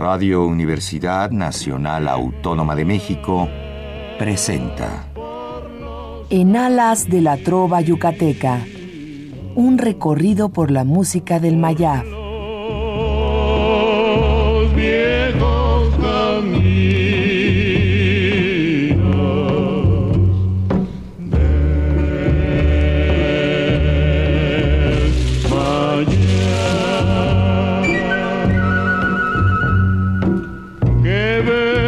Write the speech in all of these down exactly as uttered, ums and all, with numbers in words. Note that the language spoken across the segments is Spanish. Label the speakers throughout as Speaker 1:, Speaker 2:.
Speaker 1: Radio Universidad Nacional Autónoma de México presenta
Speaker 2: En alas de la trova yucateca, un recorrido por la música del Mayab.
Speaker 3: Los viejos caminos del Mayab, que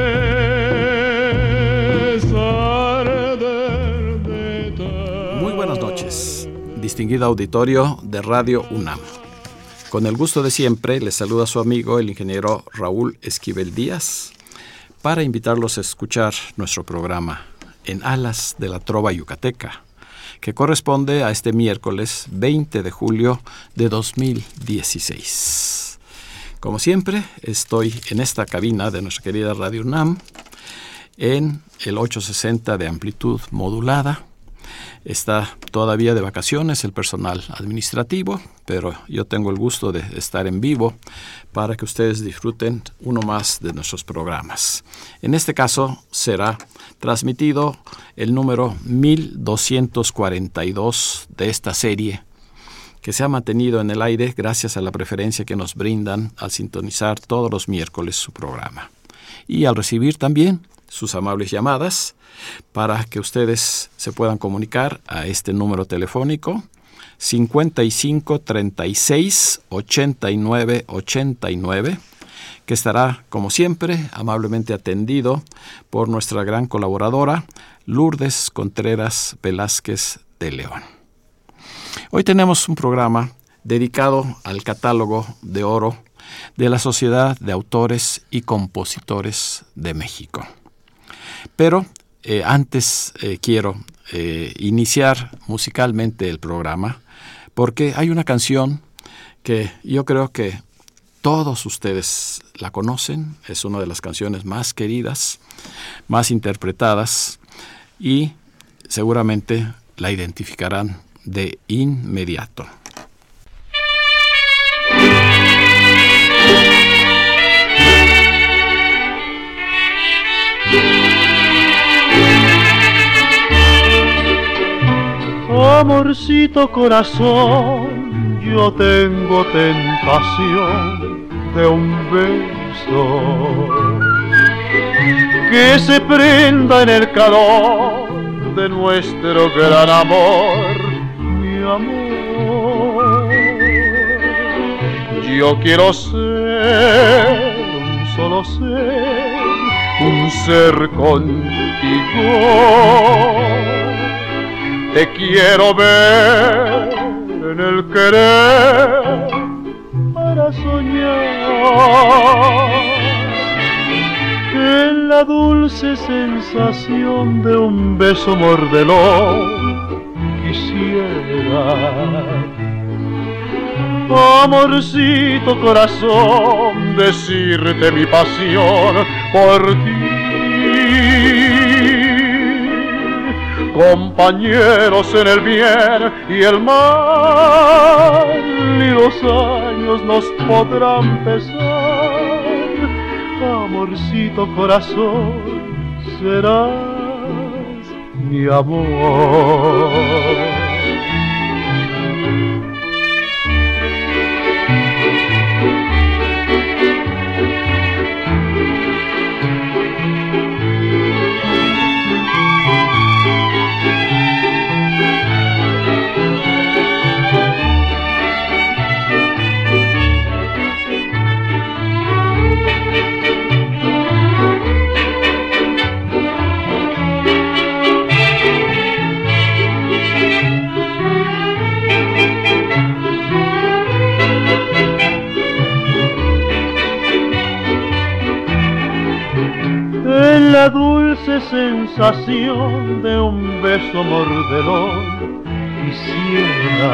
Speaker 3: besar del metal.
Speaker 4: Muy buenas noches, distinguido auditorio de Radio UNAM. Con el gusto de siempre, les saluda su amigo el ingeniero Raúl Esquivel Díaz para invitarlos a escuchar nuestro programa En alas de la trova yucateca, que corresponde a este miércoles veinte de julio de dos mil dieciséis. Como siempre, estoy en esta cabina de nuestra querida Radio UNAM en el ochocientos sesenta de amplitud modulada. Está todavía de vacaciones el personal administrativo, pero yo tengo el gusto de estar en vivo para que ustedes disfruten uno más de nuestros programas. En este caso será transmitido el número mil doscientos cuarenta y dos de esta serie, que se ha mantenido en el aire gracias a la preferencia que nos brindan al sintonizar todos los miércoles su programa. Y al recibir también sus amables llamadas para que ustedes se puedan comunicar a este número telefónico cincuenta y cinco treinta y seis ochenta y nueve ochenta y nueve, que estará, como siempre, amablemente atendido por nuestra gran colaboradora Lourdes Contreras Velázquez de León. Hoy tenemos un programa dedicado al catálogo de oro de la Sociedad de Autores y Compositores de México. Pero eh, antes eh, quiero eh, iniciar musicalmente el programa porque hay una canción que yo creo que todos ustedes la conocen. Es una de las canciones más queridas, más interpretadas y seguramente la identificarán de inmediato.
Speaker 3: Amorcito corazón, yo tengo tentación de un beso que se prenda en el calor de nuestro gran amor, mi amor. Yo quiero ser un solo ser, un ser contigo. Te quiero ver en el querer para soñar en la dulce sensación de un beso mordelón. Quisiera, amorcito corazón, decirte mi pasión por ti. Compañeros en el bien y el mal, y los años nos podrán pesar. Amorcito corazón, serás mi amor. La dulce sensación de un beso mordelón quisiera,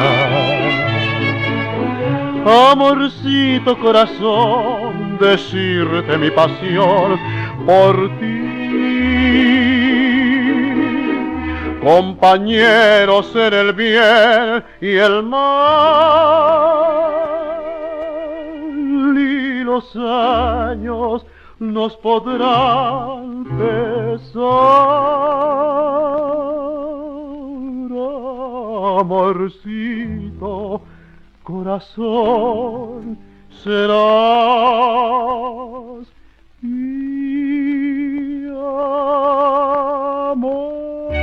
Speaker 3: amorcito corazón, decirte mi pasión por ti. Compañeros en el bien y el mal, y los años nos podrán pesar. Amorcito, corazón, serás mi amor.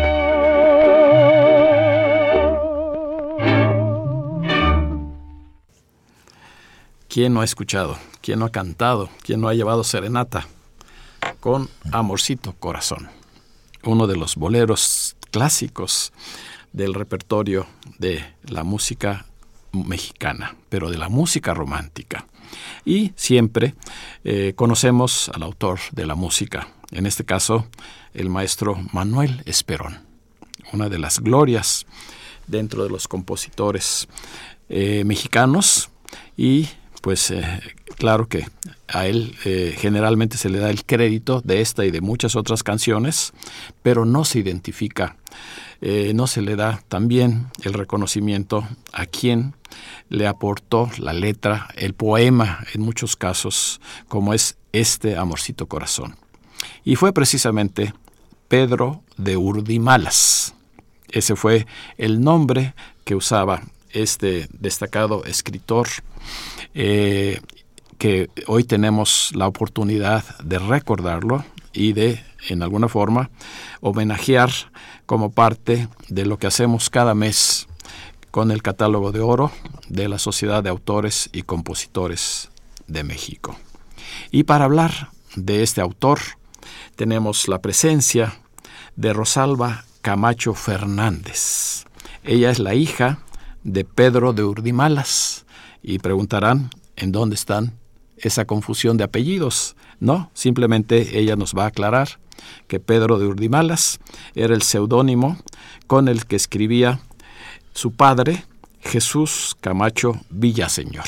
Speaker 4: ¿Quién no ha escuchado? ¿Quién no ha cantado? ¿Quién no ha llevado serenata? Con Amorcito Corazón, uno de los boleros clásicos del repertorio de la música mexicana, pero de la música romántica. Y siempre eh, conocemos al autor de la música, en este caso el maestro Manuel Esperón, una de las glorias dentro de los compositores eh, mexicanos, y pues eh, claro que a él eh, generalmente se le da el crédito de esta y de muchas otras canciones, pero no se identifica, eh, no se le da también el reconocimiento a quien le aportó la letra, el poema en muchos casos, como es este Amorcito Corazón. Y fue precisamente Pedro de Urdimalas. Ese fue el nombre que usaba este destacado escritor, eh, que hoy tenemos la oportunidad de recordarlo y de, en alguna forma, homenajear como parte de lo que hacemos cada mes con el Catálogo de Oro de la Sociedad de Autores y Compositores de México. Y para hablar de este autor, tenemos la presencia de Rosalba Camacho Fernández. Ella es la hija de Pedro de Urdimalas, y preguntarán en dónde están esa confusión de apellidos. No, simplemente ella nos va a aclarar que Pedro de Urdimalas era el seudónimo con el que escribía su padre, Jesús Camacho Villaseñor.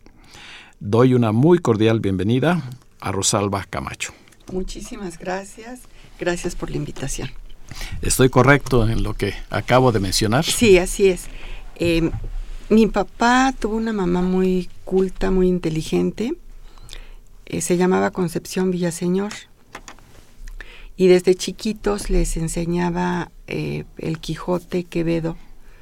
Speaker 4: Doy una muy cordial bienvenida a Rosalba Camacho.
Speaker 5: Muchísimas gracias, gracias por la invitación.
Speaker 4: ¿Estoy correcto en lo que acabo de mencionar?
Speaker 5: Sí, así es. Eh, mi papá tuvo una mamá muy culta, muy inteligente, eh, se llamaba Concepción Villaseñor, y desde chiquitos les enseñaba eh, el Quijote, Quevedo,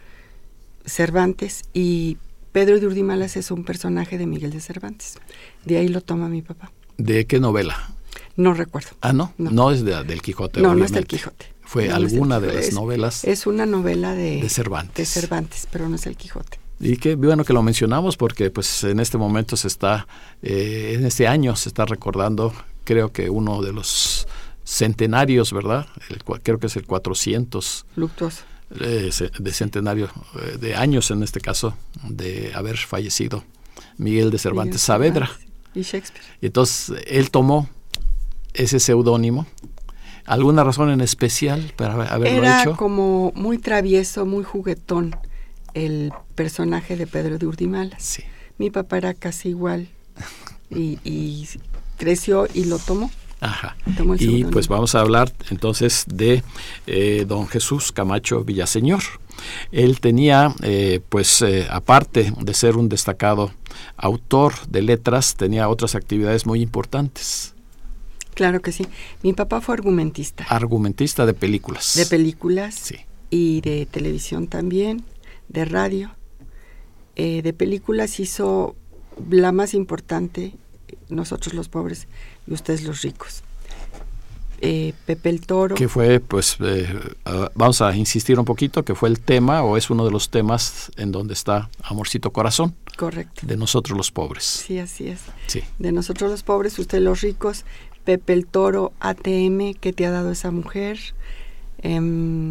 Speaker 5: Cervantes, y Pedro de Urdimalas es un personaje de Miguel de Cervantes. De ahí lo toma mi papá.
Speaker 4: ¿De qué novela?
Speaker 5: No recuerdo.
Speaker 4: Ah, ¿no? No, no es de, del Quijote.
Speaker 5: No,
Speaker 4: obviamente.
Speaker 5: No es del Quijote.
Speaker 4: Fue
Speaker 5: no,
Speaker 4: alguna
Speaker 5: no
Speaker 4: de las
Speaker 5: es,
Speaker 4: novelas.
Speaker 5: Es una novela de,
Speaker 4: de Cervantes.
Speaker 5: De Cervantes, pero no es el Quijote.
Speaker 4: Y qué bueno que lo mencionamos, porque pues en este momento se está, eh, en este año se está recordando, creo que uno de los centenarios, ¿verdad? El, creo que es el cuatrocientos.
Speaker 5: Luctuoso.
Speaker 4: Eh, de centenario, eh, de años en este caso, de haber fallecido Miguel de Cervantes Miguel Saavedra.
Speaker 5: Cervantes y Shakespeare.
Speaker 4: Y entonces él tomó ese seudónimo. ¿Alguna razón en especial para haberlo
Speaker 5: Era
Speaker 4: hecho?
Speaker 5: Era como muy travieso, muy juguetón el personaje de Pedro de Urdimalas.
Speaker 4: Sí.
Speaker 5: Mi papá era casi igual y, y creció y lo tomó.
Speaker 4: Ajá.
Speaker 5: Tomó el
Speaker 4: y pues vamos a hablar entonces de eh, don Jesús Camacho Villaseñor. Él tenía, eh, pues eh, aparte de ser un destacado autor de letras, tenía otras actividades muy importantes.
Speaker 5: Claro que sí. Mi papá fue argumentista.
Speaker 4: Argumentista de películas.
Speaker 5: De películas.
Speaker 4: Sí.
Speaker 5: Y de televisión también, de radio. Eh, de películas hizo la más importante, Nosotros los pobres y ustedes los ricos. Eh, Pepe el Toro.
Speaker 4: Que fue, pues, eh, uh, vamos a insistir un poquito, que fue el tema, o es uno de los temas en donde está Amorcito Corazón.
Speaker 5: Correcto.
Speaker 4: De Nosotros los pobres.
Speaker 5: Sí, así es.
Speaker 4: Sí.
Speaker 5: De Nosotros los pobres, ustedes los ricos. Pepe el Toro, A T M, ¿qué te ha dado esa mujer? Eh,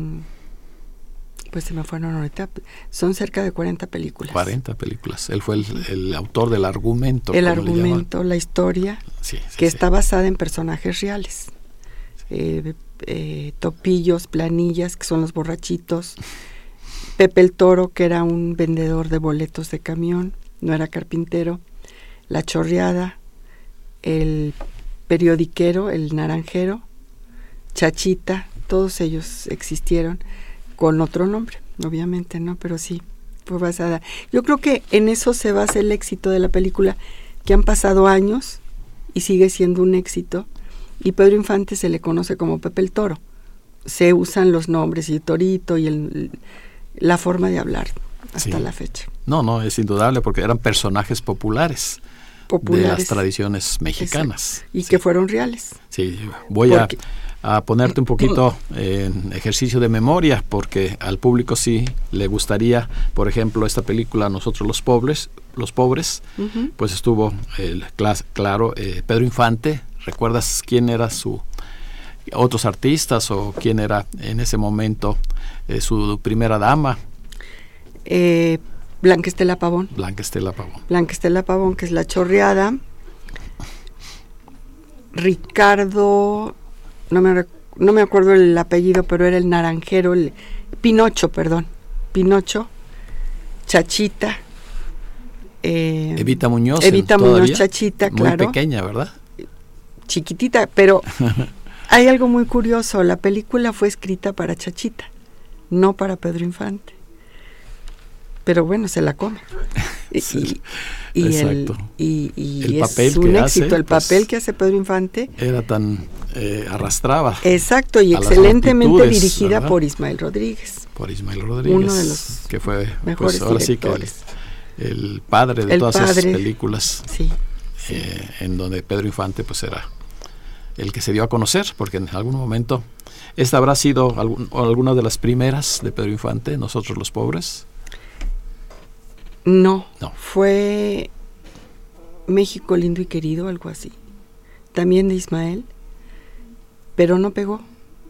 Speaker 5: pues se me fueron ahorita. Son cerca de cuarenta películas.
Speaker 4: cuarenta películas. Él fue el, el autor del argumento.
Speaker 5: El argumento, la historia,
Speaker 4: sí, sí,
Speaker 5: que
Speaker 4: sí.
Speaker 5: está basada en personajes reales. Sí. Eh, eh, topillos, planillas, que son los borrachitos. Pepe el Toro, que era un vendedor de boletos de camión, no era carpintero. La Chorreada, el periodiquero, el naranjero, Chachita, todos ellos existieron con otro nombre, obviamente, ¿no? Pero sí, fue basada. Yo creo que en eso se basa el éxito de la película, que han pasado años y sigue siendo un éxito, y Pedro Infante se le conoce como Pepe el Toro. Se usan los nombres y Torito y el, la forma de hablar hasta
Speaker 4: Sí.
Speaker 5: la fecha.
Speaker 4: No, no, es indudable porque eran personajes populares,
Speaker 5: Populares.
Speaker 4: de las tradiciones mexicanas.
Speaker 5: Exacto. Y
Speaker 4: Sí.
Speaker 5: que fueron reales.
Speaker 4: Sí, voy
Speaker 5: Porque-
Speaker 4: a, a ponerte un poquito en ejercicio de memoria, porque al público sí le gustaría, por ejemplo, esta película Nosotros los pobres, los pobres,
Speaker 5: Uh-huh.
Speaker 4: pues estuvo el clas- claro eh, Pedro Infante. ¿Recuerdas quién era su otros artistas o quién era en ese momento eh, su primera dama?
Speaker 5: Eh, Blanca Estela Pavón.
Speaker 4: Blanca Estela Pavón.
Speaker 5: Blanca Estela Pavón, que es la chorreada. Ricardo, no me, rec- no me acuerdo el apellido, pero era el naranjero, el Pinocho, perdón. Pinocho, Chachita. eh,
Speaker 4: Evita Muñoz.
Speaker 5: Evita
Speaker 4: en-
Speaker 5: Muñoz,
Speaker 4: todavía,
Speaker 5: Chachita,
Speaker 4: muy
Speaker 5: claro.
Speaker 4: pequeña, ¿verdad?
Speaker 5: Chiquitita, pero hay algo muy curioso. La película fue escrita para Chachita, no para Pedro Infante. Pero bueno, se la come. Y,
Speaker 4: Sí,
Speaker 5: y, y el,
Speaker 4: exacto.
Speaker 5: y, y
Speaker 4: El
Speaker 5: es
Speaker 4: papel
Speaker 5: un
Speaker 4: que
Speaker 5: éxito.
Speaker 4: hace,
Speaker 5: el
Speaker 4: pues,
Speaker 5: papel que hace Pedro Infante.
Speaker 4: Era tan eh, arrastraba
Speaker 5: Exacto, y
Speaker 4: a las
Speaker 5: excelentemente
Speaker 4: multitudes,
Speaker 5: dirigida
Speaker 4: ¿verdad?
Speaker 5: por Ismael Rodríguez.
Speaker 4: por Ismael Rodríguez,
Speaker 5: Uno de los
Speaker 4: que fue
Speaker 5: mejores
Speaker 4: pues ahora sí que el,
Speaker 5: directores.
Speaker 4: el padre de
Speaker 5: El
Speaker 4: todas esas
Speaker 5: padre.
Speaker 4: películas,
Speaker 5: Sí,
Speaker 4: eh, en donde Pedro Infante pues era el que se dio a conocer, porque en algún momento esta habrá sido algún, o alguna de las primeras de Pedro Infante, Nosotros los pobres.
Speaker 5: no,
Speaker 4: No.
Speaker 5: fue México lindo y querido, algo así. También de Ismael, pero no pegó.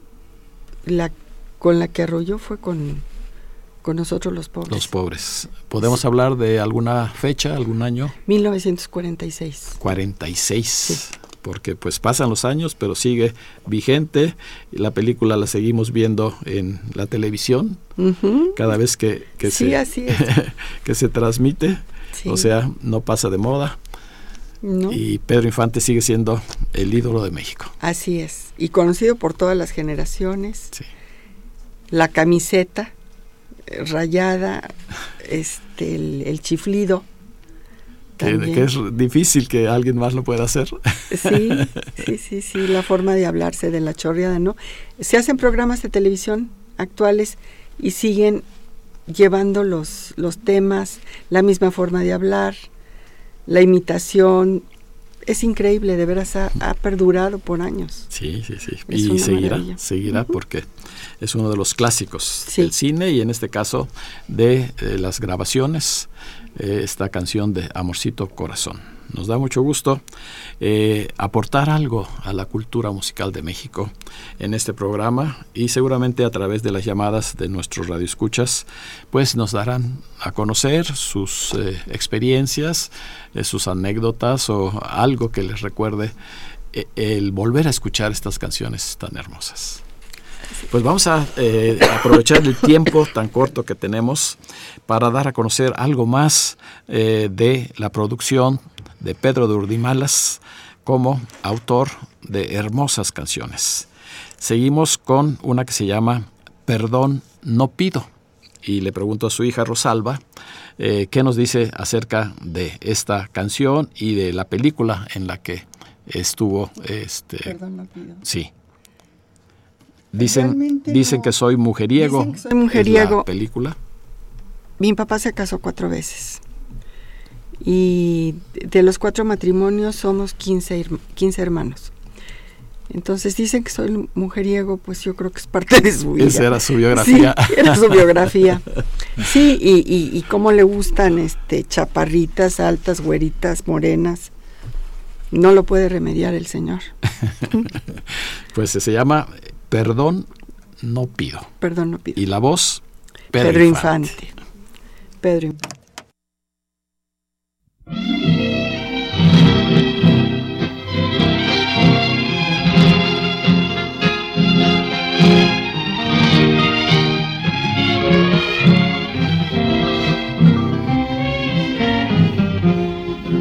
Speaker 5: La con la que arrolló fue con, con Nosotros los pobres.
Speaker 4: Los pobres. ¿Podemos
Speaker 5: Sí.
Speaker 4: hablar de alguna fecha, algún año?
Speaker 5: mil novecientos cuarenta y seis.
Speaker 4: cuarenta y seis.
Speaker 5: Sí.
Speaker 4: Porque pues pasan los años, pero sigue vigente. Y la película la seguimos viendo en la televisión
Speaker 5: Ujú.
Speaker 4: cada vez que, que,
Speaker 5: Sí,
Speaker 4: se,
Speaker 5: así es.
Speaker 4: que se transmite.
Speaker 5: Sí.
Speaker 4: O sea, no pasa de moda.
Speaker 5: ¿No?
Speaker 4: Y Pedro Infante sigue siendo el ídolo de México.
Speaker 5: Así es. Y conocido por todas las generaciones.
Speaker 4: Sí.
Speaker 5: La camiseta eh, rayada, este, el, el chiflido.
Speaker 4: Que,
Speaker 5: también.
Speaker 4: que es difícil que alguien más lo pueda hacer.
Speaker 5: Sí, sí, sí, sí, la forma de hablarse de la chorreada, ¿no? Se hacen programas de televisión actuales y siguen llevando los, los temas, la misma forma de hablar, la imitación. Es increíble, de veras ha, ha perdurado por años.
Speaker 4: Sí, sí, sí.
Speaker 5: Es
Speaker 4: Y
Speaker 5: una
Speaker 4: seguirá,
Speaker 5: maravilla.
Speaker 4: seguirá
Speaker 5: Ujú.
Speaker 4: porque es uno de los clásicos
Speaker 5: Sí.
Speaker 4: del cine y en este caso de eh, las grabaciones, eh, esta canción de Amorcito Corazón. Nos da mucho gusto eh, aportar algo a la cultura musical de México en este programa y seguramente a través de las llamadas de nuestros radioescuchas pues nos darán a conocer sus eh, experiencias, eh, sus anécdotas o algo que les recuerde eh, el volver a escuchar estas canciones tan hermosas. Pues vamos a eh, aprovechar el tiempo tan corto que tenemos para dar a conocer algo más eh, de la producción de Pedro de Urdimalas como autor de hermosas canciones. Seguimos con una que se llama Perdón no pido y le pregunto a su hija Rosalba eh, qué nos dice acerca de esta canción y de la película en la que estuvo este
Speaker 5: Perdón, no pido.
Speaker 4: sí. Dicen,
Speaker 5: Realmente
Speaker 4: dicen
Speaker 5: no.
Speaker 4: que soy mujeriego.
Speaker 5: Dicen que soy mujeriego.
Speaker 4: Es la película.
Speaker 5: Mi papá se casó cuatro veces. Y de los cuatro matrimonios somos quince, herm- quince hermanos. Entonces dicen que soy mujeriego, pues yo creo que es parte de su vida.
Speaker 4: Esa era su biografía.
Speaker 5: Sí, era su biografía. Sí, y, y, y cómo le gustan este chaparritas, altas, güeritas, morenas. No lo puede remediar el señor.
Speaker 4: Pues se llama Perdón no pido.
Speaker 5: Perdón, no pido.
Speaker 4: Y la voz, Pedro,
Speaker 5: Pedro
Speaker 4: Infante.
Speaker 5: Infante. Pedro Infante.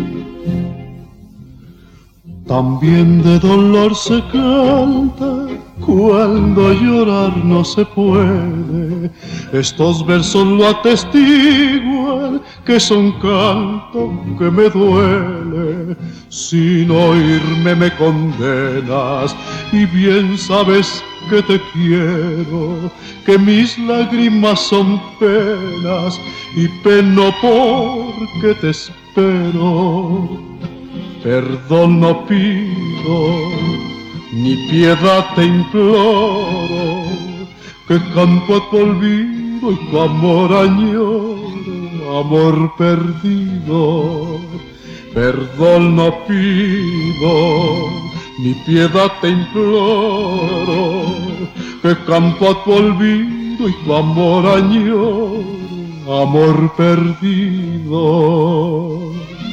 Speaker 3: También de dolor se canta cuando llorar no se puede. Estos versos lo atestiguan, que son canto que me duele. Sin oírme me condenas, y bien sabes que te quiero, que mis lágrimas son penas, y peno porque te espero. Perdón no pido, ni piedad te imploro, que canto a tu olvido y tu amor añoro, amor perdido. Perdón no pido, ni piedad te imploro, que canto a tu olvido y tu amor añoro, amor perdido.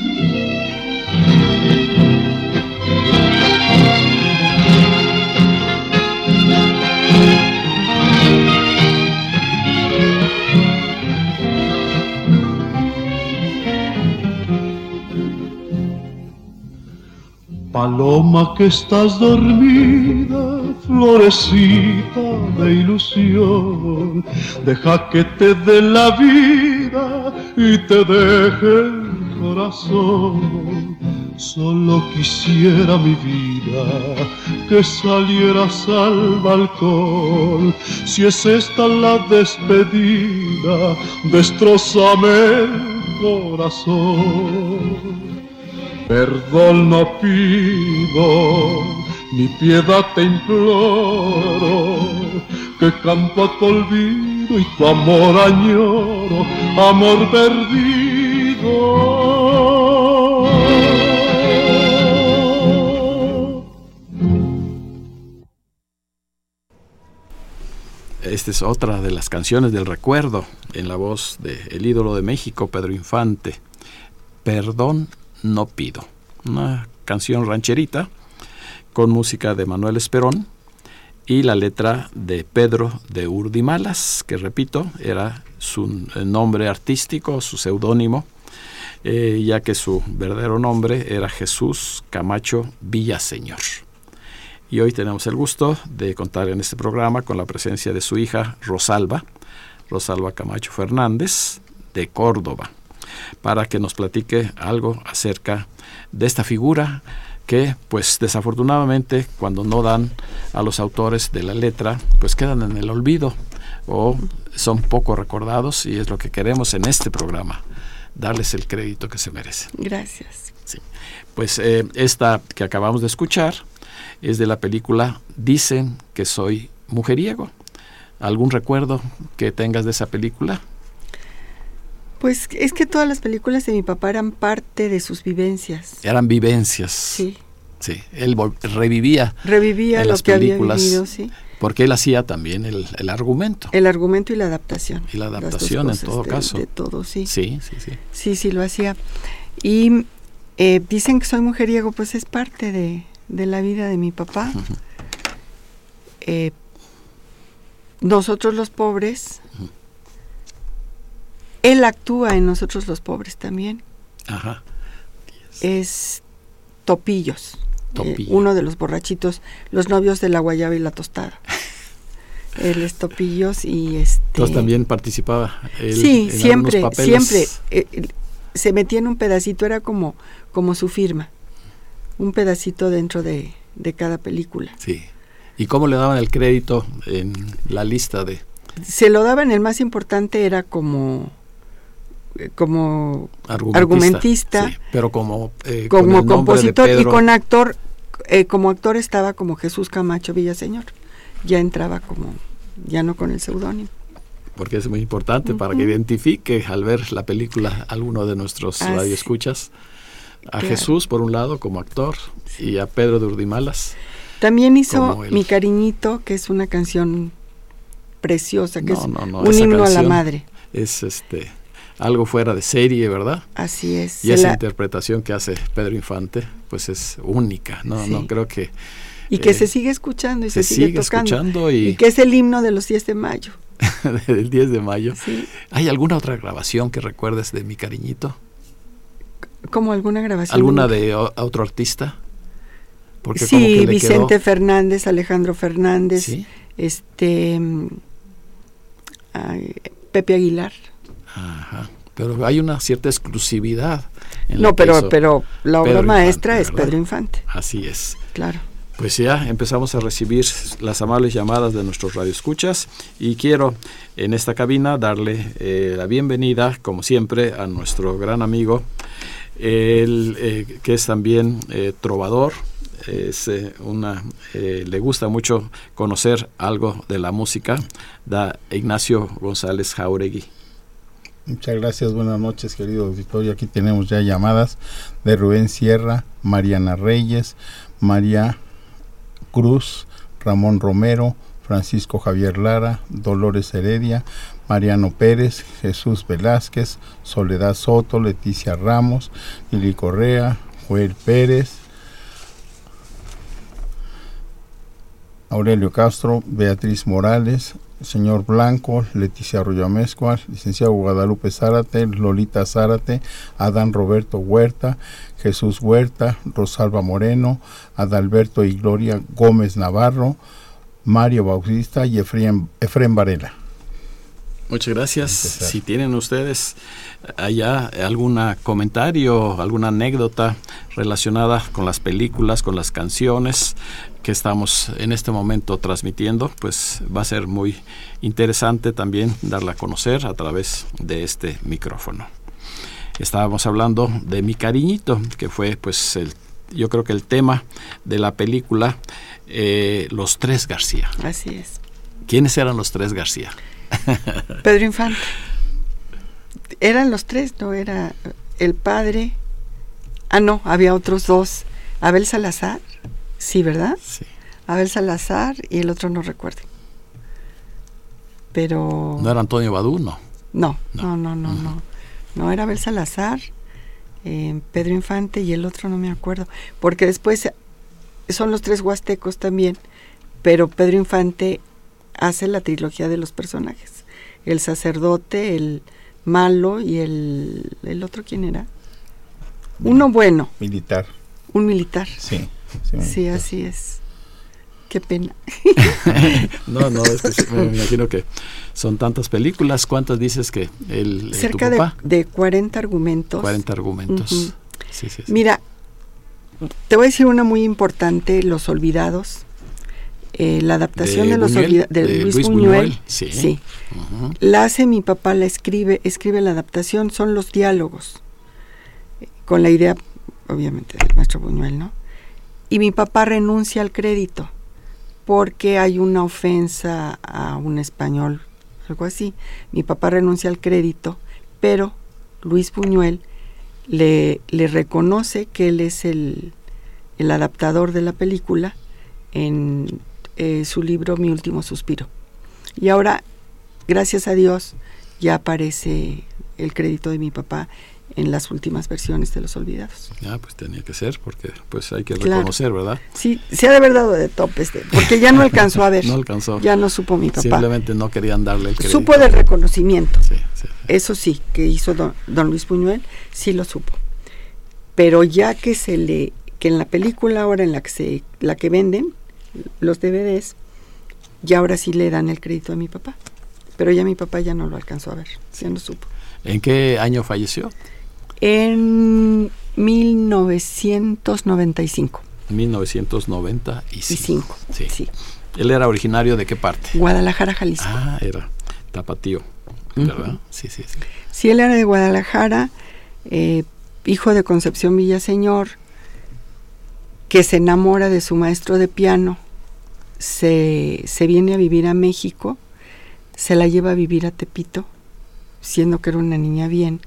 Speaker 3: Paloma que estás dormida, florecita de ilusión, deja que te dé la vida y te deje el corazón. Solo quisiera mi vida que salieras al balcón. Si es esta la despedida, destrózame el corazón. Perdón no pido, ni piedad te imploro, que canto a tu olvido y tu amor añoro, amor perdido.
Speaker 4: Esta es otra de las canciones del recuerdo, en la voz de el ídolo de México, Pedro Infante. Perdón no pido, una canción rancherita con música de Manuel Esperón y la letra de Pedro de Urdimalas, que repito, era su nombre artístico, su seudónimo, eh, ya que su verdadero nombre era Jesús Camacho Villaseñor. Y hoy tenemos el gusto de contar en este programa con la presencia de su hija Rosalba, Rosalba Camacho Fernández, de Córdoba, para que nos platique algo acerca de esta figura que, pues desafortunadamente, cuando no dan a los autores de la letra, pues quedan en el olvido o son poco recordados, y es lo que queremos en este programa, darles el crédito que se merecen.
Speaker 5: Gracias.
Speaker 4: Sí. Pues eh, esta que acabamos de escuchar es de la película Dicen que soy mujeriego. ¿Algún recuerdo que tengas de esa película?
Speaker 5: Pues es que todas las películas de mi papá eran parte de sus vivencias.
Speaker 4: Eran vivencias.
Speaker 5: Sí.
Speaker 4: Sí, él vol- revivía.
Speaker 5: Revivía
Speaker 4: en
Speaker 5: lo
Speaker 4: las
Speaker 5: que
Speaker 4: películas,
Speaker 5: había vivido, sí.
Speaker 4: Porque él hacía también el, el argumento.
Speaker 5: El argumento y la adaptación.
Speaker 4: Y la
Speaker 5: las dos
Speaker 4: adaptación en
Speaker 5: cosas
Speaker 4: todo
Speaker 5: de,
Speaker 4: caso.
Speaker 5: De todo, sí.
Speaker 4: Sí, sí, sí.
Speaker 5: Sí, sí, lo hacía. Y eh, dicen que soy mujeriego, pues es parte de, de la vida de mi papá.
Speaker 4: Uh-huh.
Speaker 5: Eh, nosotros los pobres,
Speaker 4: uh-huh.
Speaker 5: Él actúa en Nosotros los pobres también.
Speaker 4: Ajá.
Speaker 5: Yes. Es Topillos.
Speaker 4: Topillo.
Speaker 5: Eh, uno de los borrachitos, los novios de la guayaba y la tostada. Él es Topillos y este...
Speaker 4: Entonces también participaba él
Speaker 5: sí,
Speaker 4: en
Speaker 5: siempre,
Speaker 4: algunos papeles.
Speaker 5: siempre. Eh, se metía en un pedacito, era como, como su firma. Un pedacito dentro de, de cada película.
Speaker 4: Sí. ¿Y cómo le daban el crédito en la lista de...?
Speaker 5: Se lo daban, el más importante era como... como
Speaker 4: argumentista,
Speaker 5: argumentista
Speaker 4: sí, pero como eh,
Speaker 5: como
Speaker 4: con el
Speaker 5: compositor
Speaker 4: de
Speaker 5: y con actor, eh, como actor estaba como Jesús Camacho Villaseñor, ya entraba como, ya no con el seudónimo.
Speaker 4: Porque es muy importante uh-huh. para que identifique al ver la película alguno de nuestros
Speaker 5: ah,
Speaker 4: radioescuchas a
Speaker 5: claro.
Speaker 4: Jesús por un lado como actor sí. y a Pedro de Urdimalas.
Speaker 5: También hizo Mi Cariñito, que es una canción preciosa, que
Speaker 4: no,
Speaker 5: es
Speaker 4: no, no,
Speaker 5: un himno a la madre.
Speaker 4: Es este algo fuera de serie, ¿verdad?
Speaker 5: Así es.
Speaker 4: Y esa
Speaker 5: la...
Speaker 4: interpretación que hace Pedro Infante, pues es única, no, sí. no creo que...
Speaker 5: Y que
Speaker 4: eh,
Speaker 5: se sigue escuchando y se,
Speaker 4: se
Speaker 5: sigue,
Speaker 4: sigue
Speaker 5: tocando.
Speaker 4: Escuchando y...
Speaker 5: y que es el himno de los diez de mayo.
Speaker 4: Del diez de mayo.
Speaker 5: Sí.
Speaker 4: ¿Hay alguna otra grabación que recuerdes de Mi Cariñito?
Speaker 5: ¿Como alguna grabación?
Speaker 4: ¿Alguna de, de o, otro artista? Porque
Speaker 5: sí,
Speaker 4: como que le
Speaker 5: Vicente
Speaker 4: quedó...
Speaker 5: Fernández, Alejandro Fernández,
Speaker 4: ¿Sí?
Speaker 5: este ay, Pepe Aguilar.
Speaker 4: Ajá. Pero hay una cierta exclusividad. En
Speaker 5: No,
Speaker 4: la que
Speaker 5: pero,
Speaker 4: hizo
Speaker 5: pero la obra
Speaker 4: Pedro
Speaker 5: maestra
Speaker 4: Infante,
Speaker 5: es
Speaker 4: ¿verdad?
Speaker 5: Pedro Infante.
Speaker 4: Así es.
Speaker 5: Claro.
Speaker 4: Pues ya empezamos a recibir las amables llamadas de nuestros radioescuchas y quiero en esta cabina darle eh, la bienvenida, como siempre, a nuestro gran amigo, el, eh, que es también eh, trovador, es eh, una eh, le gusta mucho conocer algo de la música, da Ignacio González Jauregui.
Speaker 6: Muchas gracias, buenas noches, querido auditorio. Aquí tenemos ya llamadas de Rubén Sierra, Mariana Reyes, María Cruz, Ramón Romero, Francisco Javier Lara, Dolores Heredia, Mariano Pérez, Jesús Velázquez, Soledad Soto, Leticia Ramos, Lili Correa, Joel Pérez, Aurelio Castro, Beatriz Morales, señor Blanco, Leticia Arroyo Amezcua, licenciado Guadalupe Zárate, Lolita Zárate, Adán Roberto Huerta, Jesús Huerta, Rosalba Moreno, Adalberto y Gloria Gómez Navarro, Mario Bautista y Efrén, Efrén Varela.
Speaker 4: Muchas gracias. Si tienen ustedes allá algún comentario, alguna anécdota relacionada con las películas, con las canciones que estamos en este momento transmitiendo, pues va a ser muy interesante también darla a conocer a través de este micrófono. Estábamos hablando de Mi Cariñito, que fue pues el, yo creo que el tema de la película eh, Los Tres García.
Speaker 5: Así es.
Speaker 4: ¿Quiénes eran los Tres García?
Speaker 5: Pedro Infante. Eran los tres, no era el padre. Ah, no, había otros dos. Abel Salazar, sí, ¿verdad?
Speaker 4: Sí.
Speaker 5: Abel Salazar y el otro no recuerdo. Pero...
Speaker 4: ¿No era Antonio Badú? No.
Speaker 5: No,
Speaker 4: No.
Speaker 5: no, no, no,
Speaker 4: Uh-huh.
Speaker 5: no. No, era Abel Salazar, eh, Pedro Infante y el otro no me acuerdo. Porque después son los tres huastecos también, pero Pedro Infante hace la trilogía de los personajes. El sacerdote, el malo y el... ¿El otro quién era? Uno bueno.
Speaker 6: Militar.
Speaker 5: Un militar.
Speaker 6: Sí.
Speaker 5: Sí,
Speaker 6: militar.
Speaker 5: así es. Qué pena.
Speaker 4: No, no, es que sí, me imagino que son tantas películas. ¿Cuántas dices que el,
Speaker 5: Cerca
Speaker 4: tu
Speaker 5: de,
Speaker 4: papá?
Speaker 5: de cuarenta argumentos.
Speaker 4: cuarenta argumentos.
Speaker 5: Uh-huh.
Speaker 4: Sí, sí, sí.
Speaker 5: Mira, te voy a decir una muy importante, Los Olvidados. Eh, la adaptación de,
Speaker 4: de,
Speaker 5: los
Speaker 4: Buñuel,
Speaker 5: olvidados de,
Speaker 4: de
Speaker 5: Luis,
Speaker 4: Luis
Speaker 5: Buñuel,
Speaker 4: Buñuel, sí.
Speaker 5: sí.
Speaker 4: Uh-huh.
Speaker 5: La hace mi papá, la escribe, escribe la adaptación, son los diálogos, eh, con la idea, obviamente, del maestro Buñuel, ¿no? Y mi papá renuncia al crédito, porque hay una ofensa a un español, algo así. Mi papá renuncia al crédito, pero Luis Buñuel le, le reconoce que él es el, el adaptador de la película en eh, su libro Mi Último Suspiro. Y ahora, gracias a Dios, ya aparece el crédito de mi papá en las últimas versiones de Los Olvidados.
Speaker 4: Ya, pues tenía que ser, porque pues hay que
Speaker 5: Claro.
Speaker 4: reconocer, ¿verdad?
Speaker 5: Sí, se ha de haber dado de topes, de, porque ya no alcanzó a ver.
Speaker 4: No alcanzó.
Speaker 5: Ya no supo mi papá.
Speaker 4: Simplemente no querían darle el crédito.
Speaker 5: Supo del reconocimiento.
Speaker 4: Sí, sí, sí.
Speaker 5: Eso sí, que hizo don, don Luis Buñuel, sí lo supo. Pero ya que se le, que en la película ahora en la que se, la que venden, los D V Ds, ya ahora sí le dan el crédito a mi papá. Pero ya mi papá ya no lo alcanzó a ver, ya no supo.
Speaker 4: ¿En qué año falleció?
Speaker 5: En mil novecientos noventa y cinco.
Speaker 4: mil novecientos noventa y cinco.
Speaker 5: Y cinco,
Speaker 4: Sí.
Speaker 5: sí.
Speaker 4: ¿Él era originario de qué parte?
Speaker 5: Guadalajara, Jalisco.
Speaker 4: Ah, era tapatío, ¿verdad? Uh-huh. Sí, sí, sí.
Speaker 5: Sí, él era de Guadalajara, eh, hijo de Concepción Villaseñor, que se enamora de su maestro de piano, se, se viene a vivir a México, se la lleva a vivir a Tepito, siendo que era una niña bien.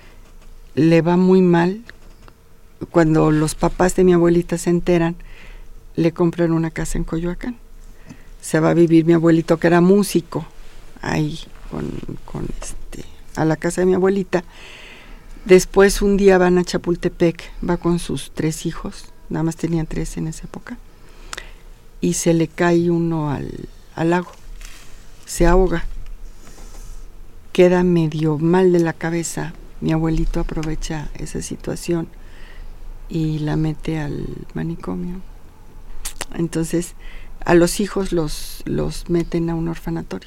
Speaker 5: Le va muy mal. Cuando los papás de mi abuelita se enteran, le compran una casa en Coyoacán. Se va a vivir mi abuelito, que era músico, ahí con, con este, a la casa de mi abuelita. Después un día van a Chapultepec, va con sus tres hijos, nada más tenían tres en esa época, y se le cae uno al, al lago, se ahoga, queda medio mal de la cabeza. Mi abuelito aprovecha esa situación y la mete al manicomio Entonces, a los hijos los, los meten a un orfanatorio.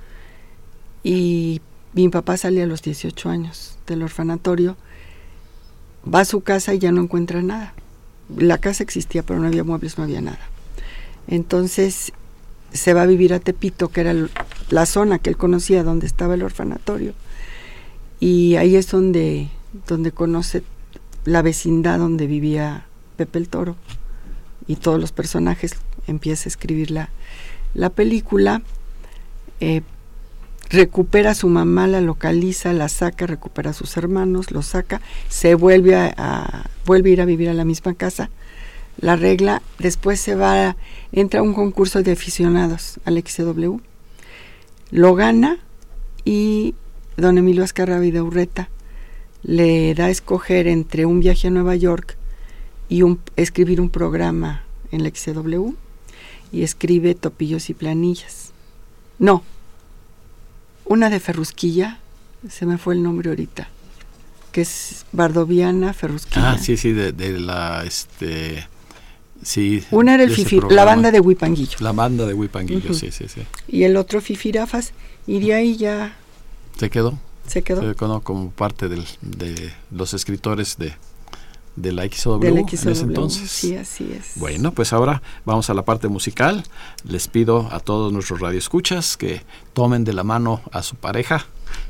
Speaker 5: Y mi papá sale a los dieciocho años del orfanatorio, va a su casa y ya no encuentra nada. La casa existía, pero no había muebles, no había nada. Entonces se va a vivir a Tepito, que era la zona que él conocía, donde estaba el orfanatorio. Y ahí es donde, donde conoce la vecindad donde vivía Pepe el Toro. Y todos los personajes, empieza a escribir la, la película. Eh, recupera a su mamá, la localiza, la saca, recupera a sus hermanos, los saca, se vuelve a, a vuelve a ir a vivir a la misma casa, la arregla, después se va, entra a un concurso de aficionados al X C W, lo gana y don Emilio Azcárraga Vidaurreta le da a escoger entre un viaje a Nueva York y un, escribir un programa en la X C W, y escribe Topillos y Planillas. No, una de Ferrusquilla, se me fue el nombre ahorita, que es Bardoviana, Ferrusquilla.
Speaker 4: Ah, sí, sí, de, de la, este, sí.
Speaker 5: Una era el Fifi, la banda de Huipanguillo.
Speaker 4: La banda de Huipanguillo, uh-huh. sí, sí, sí.
Speaker 5: Y el otro Fifirafas, y de ahí ya...
Speaker 4: ¿Se quedó?
Speaker 5: Se quedó.
Speaker 4: Se quedó como parte del, de los escritores de, de la X W,
Speaker 5: de la X W
Speaker 4: en ese entonces.
Speaker 5: Sí, así es.
Speaker 4: Bueno, pues ahora vamos a la parte musical. Les pido a todos nuestros radioescuchas que tomen de la mano a su pareja,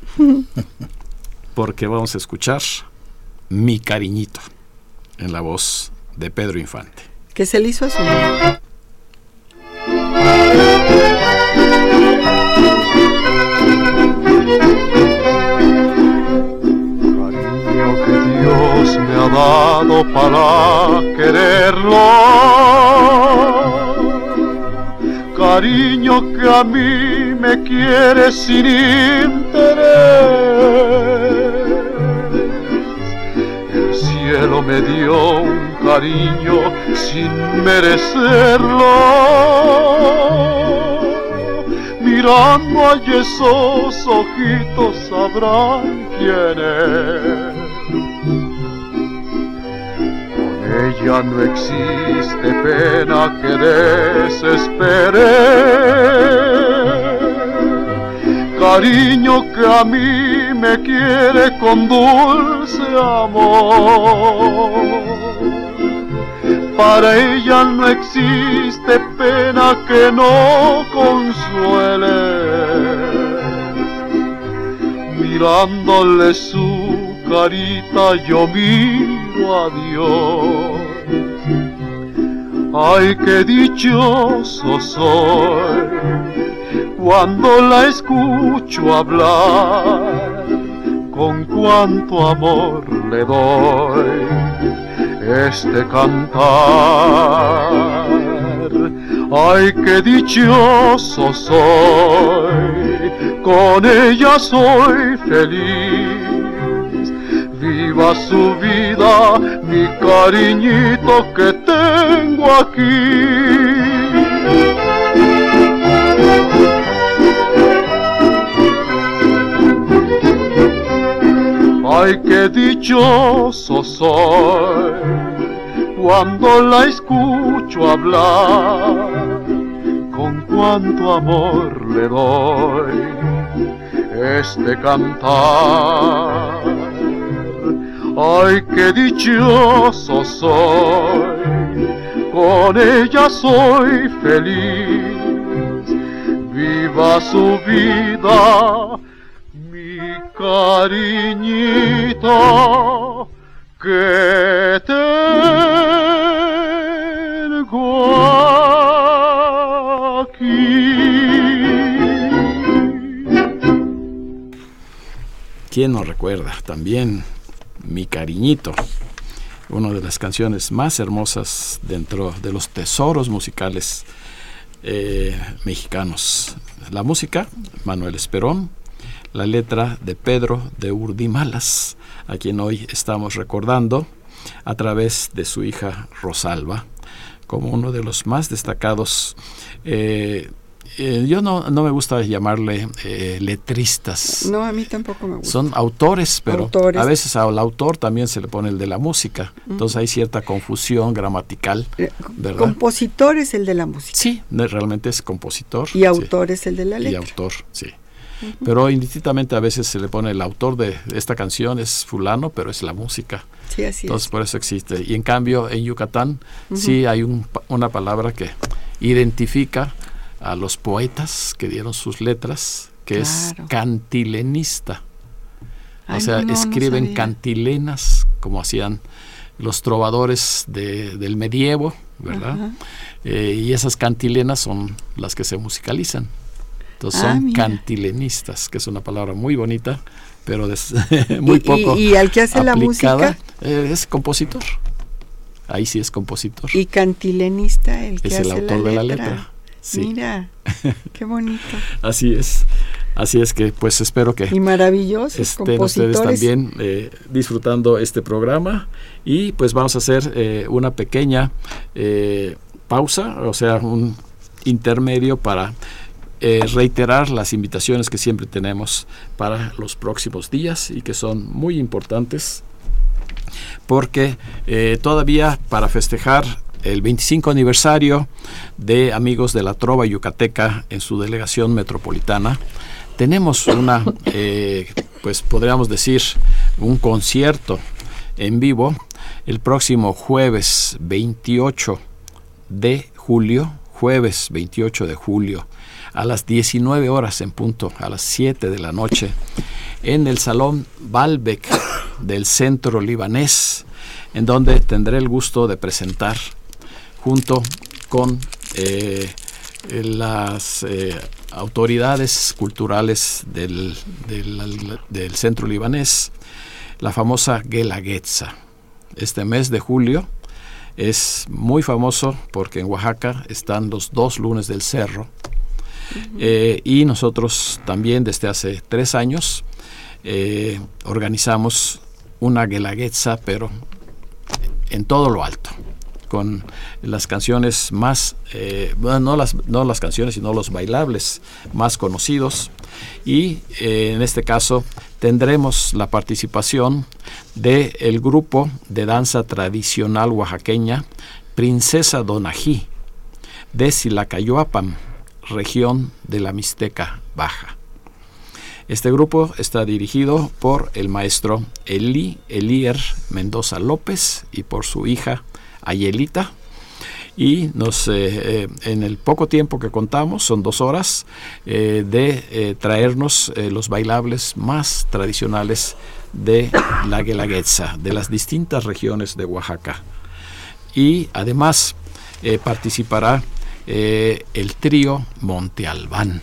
Speaker 4: porque vamos a escuchar Mi Cariñito, en la voz de Pedro Infante.
Speaker 5: Que se le hizo a su mamá.
Speaker 3: Cariño que Dios me ha dado para quererlo, cariño que a mí me quiere sin interés. El cielo me dio un cariño sin merecerlo, mirando a esos ojitos sabrán quién es. Con ella no existe pena que desespere, cariño que a mí me quiere con dulce amor. Para ella no existe pena que no consuele, mirándole su carita yo miro a Dios. Ay, qué dichoso soy cuando la escucho hablar, con cuánto amor le doy este cantar. Ay, qué dichoso soy, con ella soy feliz. Viva su vida, mi cariñito que tengo aquí. Ay, qué dichoso soy cuando la escucho hablar, con cuánto amor le doy este cantar. Ay, qué dichoso soy, con ella soy feliz. Viva su vida, cariñito que tengo aquí.
Speaker 4: ¿Quién nos recuerda? También Mi Cariñito, una de las canciones más hermosas dentro de los tesoros musicales eh, mexicanos. La música, Manuel Esperón. La letra de Pedro de Urdimalas, a quien hoy estamos recordando a través de su hija Rosalba, como uno de los más destacados eh, Eh, yo no, no me gusta llamarle eh, letristas.
Speaker 5: No, a mí tampoco me gusta.
Speaker 4: Son autores, pero
Speaker 5: autores.
Speaker 4: A veces al autor también se le pone el de la música. Uh-huh. Entonces hay cierta confusión gramatical, ¿verdad?
Speaker 5: Compositor es el de la música.
Speaker 4: Sí, realmente es compositor.
Speaker 5: Y autor
Speaker 4: sí.
Speaker 5: es el de la letra.
Speaker 4: Y autor, sí. Uh-huh. Pero indistintamente a veces se le pone el autor de esta canción es fulano, pero es la música.
Speaker 5: Sí, así
Speaker 4: Entonces
Speaker 5: es.
Speaker 4: por eso existe. Y en cambio en Yucatán uh-huh. sí hay un, una palabra que identifica a los poetas que dieron sus letras, que claro. es cantilenista. Ay, o sea, no, escriben no cantilenas, como hacían los trovadores de, del medievo, ¿verdad? Eh, y esas cantilenas son las que se musicalizan. Entonces ah, son mira. cantilenistas, que es una palabra muy bonita, pero des, muy
Speaker 5: ¿Y,
Speaker 4: poco
Speaker 5: y, y al que hace
Speaker 4: aplicada,
Speaker 5: la música
Speaker 4: eh, es compositor. Ahí sí es compositor.
Speaker 5: Y cantilenista, el que
Speaker 4: es
Speaker 5: hace
Speaker 4: el autor
Speaker 5: la
Speaker 4: de la
Speaker 5: letra.
Speaker 4: letra. Sí.
Speaker 5: Mira, qué bonito.
Speaker 4: Así es, así es que pues espero que
Speaker 5: y maravillosos
Speaker 4: estén ustedes también eh, disfrutando este programa y pues vamos a hacer eh, una pequeña eh, pausa, o sea, un intermedio para eh, reiterar las invitaciones que siempre tenemos para los próximos días y que son muy importantes porque eh, todavía para festejar el veinticinco aniversario de Amigos de la Trova Yucateca en su delegación metropolitana, tenemos una, eh, pues podríamos decir, un concierto en vivo el próximo jueves veintiocho de julio, jueves veintiocho de julio, a las diecinueve horas en punto, a las siete de la noche, en el Salón Baalbek del Centro Libanés, en donde tendré el gusto de presentar junto con eh, las eh, autoridades culturales del, del, del centro libanés, la famosa Guelaguetza. Este mes de julio es muy famoso porque en Oaxaca están los dos lunes del cerro. Uh-huh. eh, y nosotros también desde hace tres años eh, organizamos una Guelaguetza, pero en todo lo alto, con las canciones más, eh, bueno, no las, no las canciones, sino los bailables más conocidos. Y eh, en este caso tendremos la participación del grupo de danza tradicional oaxaqueña Princesa Donají, de Silacayoapan, región de la Mixteca Baja. Este grupo está dirigido por el maestro Eli Elier Mendoza López y por su hija Ayelita, y nos eh, eh, en el poco tiempo que contamos, son dos horas, eh, de eh, traernos eh, los bailables más tradicionales de la Guelaguetza, de las distintas regiones de Oaxaca. Y además eh, participará eh, el trío Monte Albán,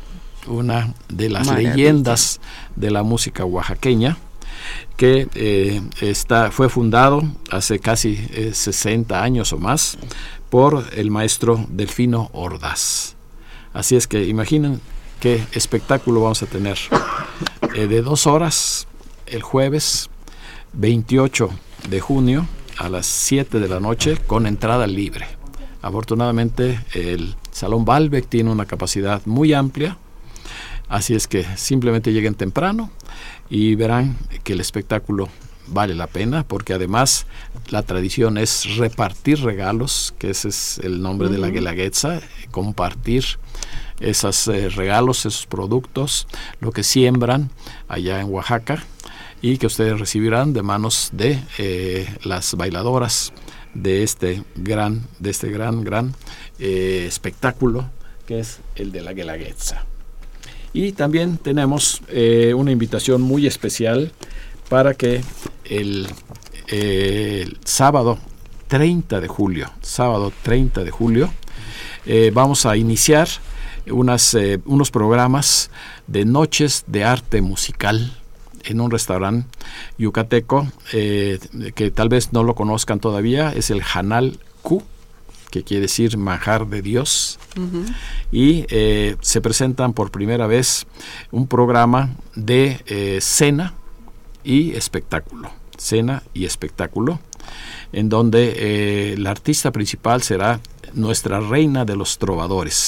Speaker 4: una de las Maravilla. leyendas de la música oaxaqueña, que eh, está, fue fundado hace casi eh, sesenta años o más por el maestro Delfino Ordaz. Así es que imaginen qué espectáculo vamos a tener eh, de dos horas el jueves veintiocho de junio a las siete de la noche con entrada libre. Afortunadamente el Salón Baalbek tiene una capacidad muy amplia, así es que simplemente lleguen temprano y verán que el espectáculo vale la pena, porque además la tradición es repartir regalos, que ese es el nombre uh-huh. de la Guelaguetza, compartir esos eh, regalos, esos productos, lo que siembran allá en Oaxaca, y que ustedes recibirán de manos de eh, las bailadoras de este gran, de este gran, gran eh, espectáculo que es el de la Guelaguetza. Y también tenemos eh, una invitación muy especial para que el, eh, el sábado treinta de julio, sábado treinta de julio, eh, vamos a iniciar unas, eh, unos programas de noches de arte musical en un restaurante yucateco eh, que tal vez no lo conozcan todavía, es el Janal Q, que quiere decir manjar de Dios. Uh-huh. Y eh, se presentan por primera vez un programa de eh, cena y espectáculo, cena y espectáculo, en donde eh, la artista principal será nuestra reina de los trovadores,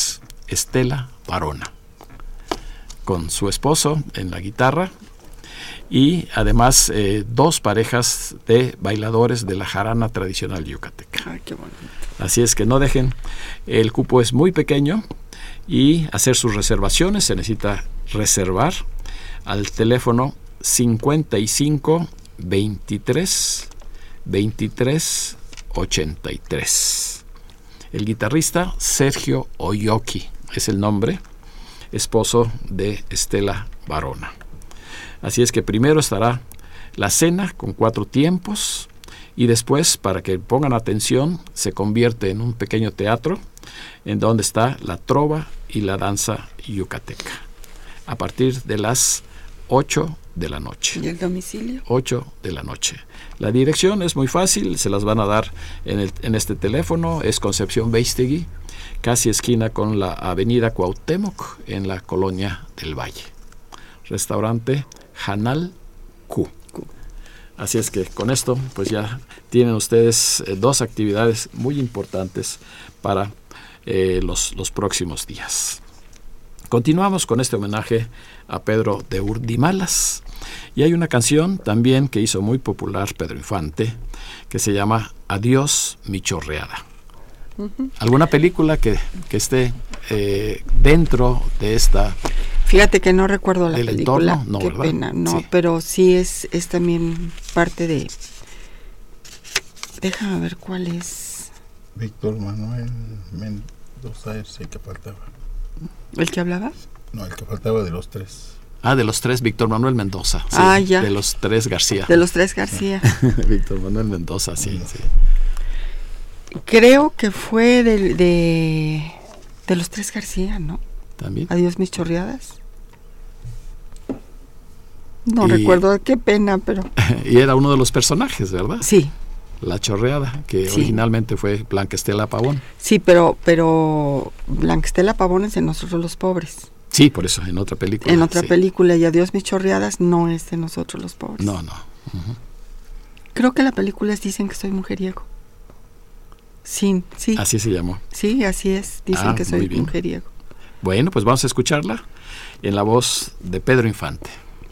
Speaker 4: Estela Varona, con su esposo en la guitarra y además eh, dos parejas de bailadores de la jarana tradicional yucateca.
Speaker 5: Ay, qué bonito.
Speaker 4: Así es que no dejen, el cupo es muy pequeño y hacer sus reservaciones se necesita reservar al teléfono cincuenta y cinco veintitrés veintitrés ochenta y tres. El guitarrista Sergio Oyoki es el nombre, esposo de Estela Varona. Así es que primero estará la cena con cuatro tiempos y después, para que pongan atención, se convierte en un pequeño teatro en donde está la trova y la danza yucateca a partir de las ocho de la noche.
Speaker 5: ¿Y el domicilio?
Speaker 4: ocho de la noche. La dirección es muy fácil, se las van a dar en, el, en este teléfono, es Concepción Beistegui, casi esquina con la avenida Cuauhtémoc en la colonia del Valle. Restaurante Hanal Q. Así es que con esto pues ya tienen ustedes eh, dos actividades muy importantes para eh, los, los próximos días. Continuamos con este homenaje a Pedro de Urdimalas y hay una canción también que hizo muy popular Pedro Infante que se llama Adiós mi chorreada. Uh-huh. ¿Alguna película que, que esté eh, dentro de esta?
Speaker 5: Fíjate que no recuerdo la película,
Speaker 4: entorno? No,
Speaker 5: qué
Speaker 4: ¿verdad?
Speaker 5: pena, no,
Speaker 4: sí.
Speaker 5: Pero sí es, es también parte de... Déjame ver cuál es.
Speaker 6: Víctor Manuel Mendoza es el que faltaba.
Speaker 5: ¿El que hablaba?
Speaker 6: No, el que faltaba de los tres.
Speaker 4: Ah, de los tres, Víctor Manuel Mendoza. Sí,
Speaker 5: ah, ya.
Speaker 4: De los tres García.
Speaker 5: De los tres García.
Speaker 4: Víctor Manuel Mendoza, sí, sí.
Speaker 5: Creo que fue de, de, de los tres García, ¿no?
Speaker 4: ¿También?
Speaker 5: Adiós mis chorreadas. No
Speaker 4: y,
Speaker 5: recuerdo, qué pena, pero...
Speaker 4: Y era uno de los personajes, ¿verdad?
Speaker 5: Sí.
Speaker 4: La chorreada, que
Speaker 5: sí.
Speaker 4: originalmente fue Blanca Estela Pavón.
Speaker 5: Sí, pero, pero Blanca Estela Pavón es de Nosotros los Pobres.
Speaker 4: Sí, por eso, en otra película.
Speaker 5: En otra
Speaker 4: sí.
Speaker 5: película, y Adiós mis chorreadas no es de Nosotros los Pobres.
Speaker 4: No, no. Uh-huh.
Speaker 5: Creo que la película es Dicen que soy mujeriego. Sí, sí.
Speaker 4: Así se llamó.
Speaker 5: Sí, así es. Dicen
Speaker 4: ah,
Speaker 5: que soy mujeriego.
Speaker 4: Bueno, pues vamos a escucharla en la voz de Pedro Infante.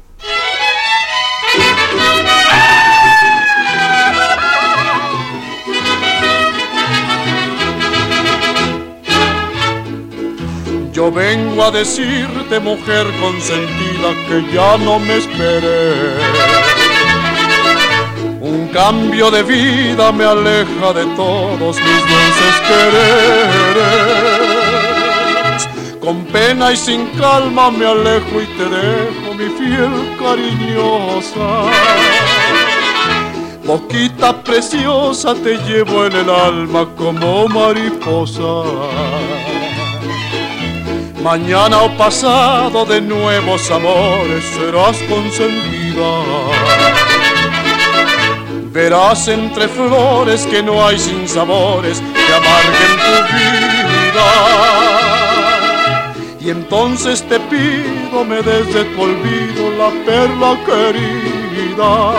Speaker 3: Yo vengo a decirte, mujer consentida, que ya no me esperes. Un cambio de vida me aleja de todos mis dulces quereres. Con pena y sin calma me alejo y te dejo, mi fiel cariñosa. Boquita preciosa, te llevo en el alma como mariposa. Mañana o pasado de nuevos amores serás consentida. Verás entre flores que no hay sinsabores que amarguen tu vida. Y entonces te pido me des de tu olvido la perla querida.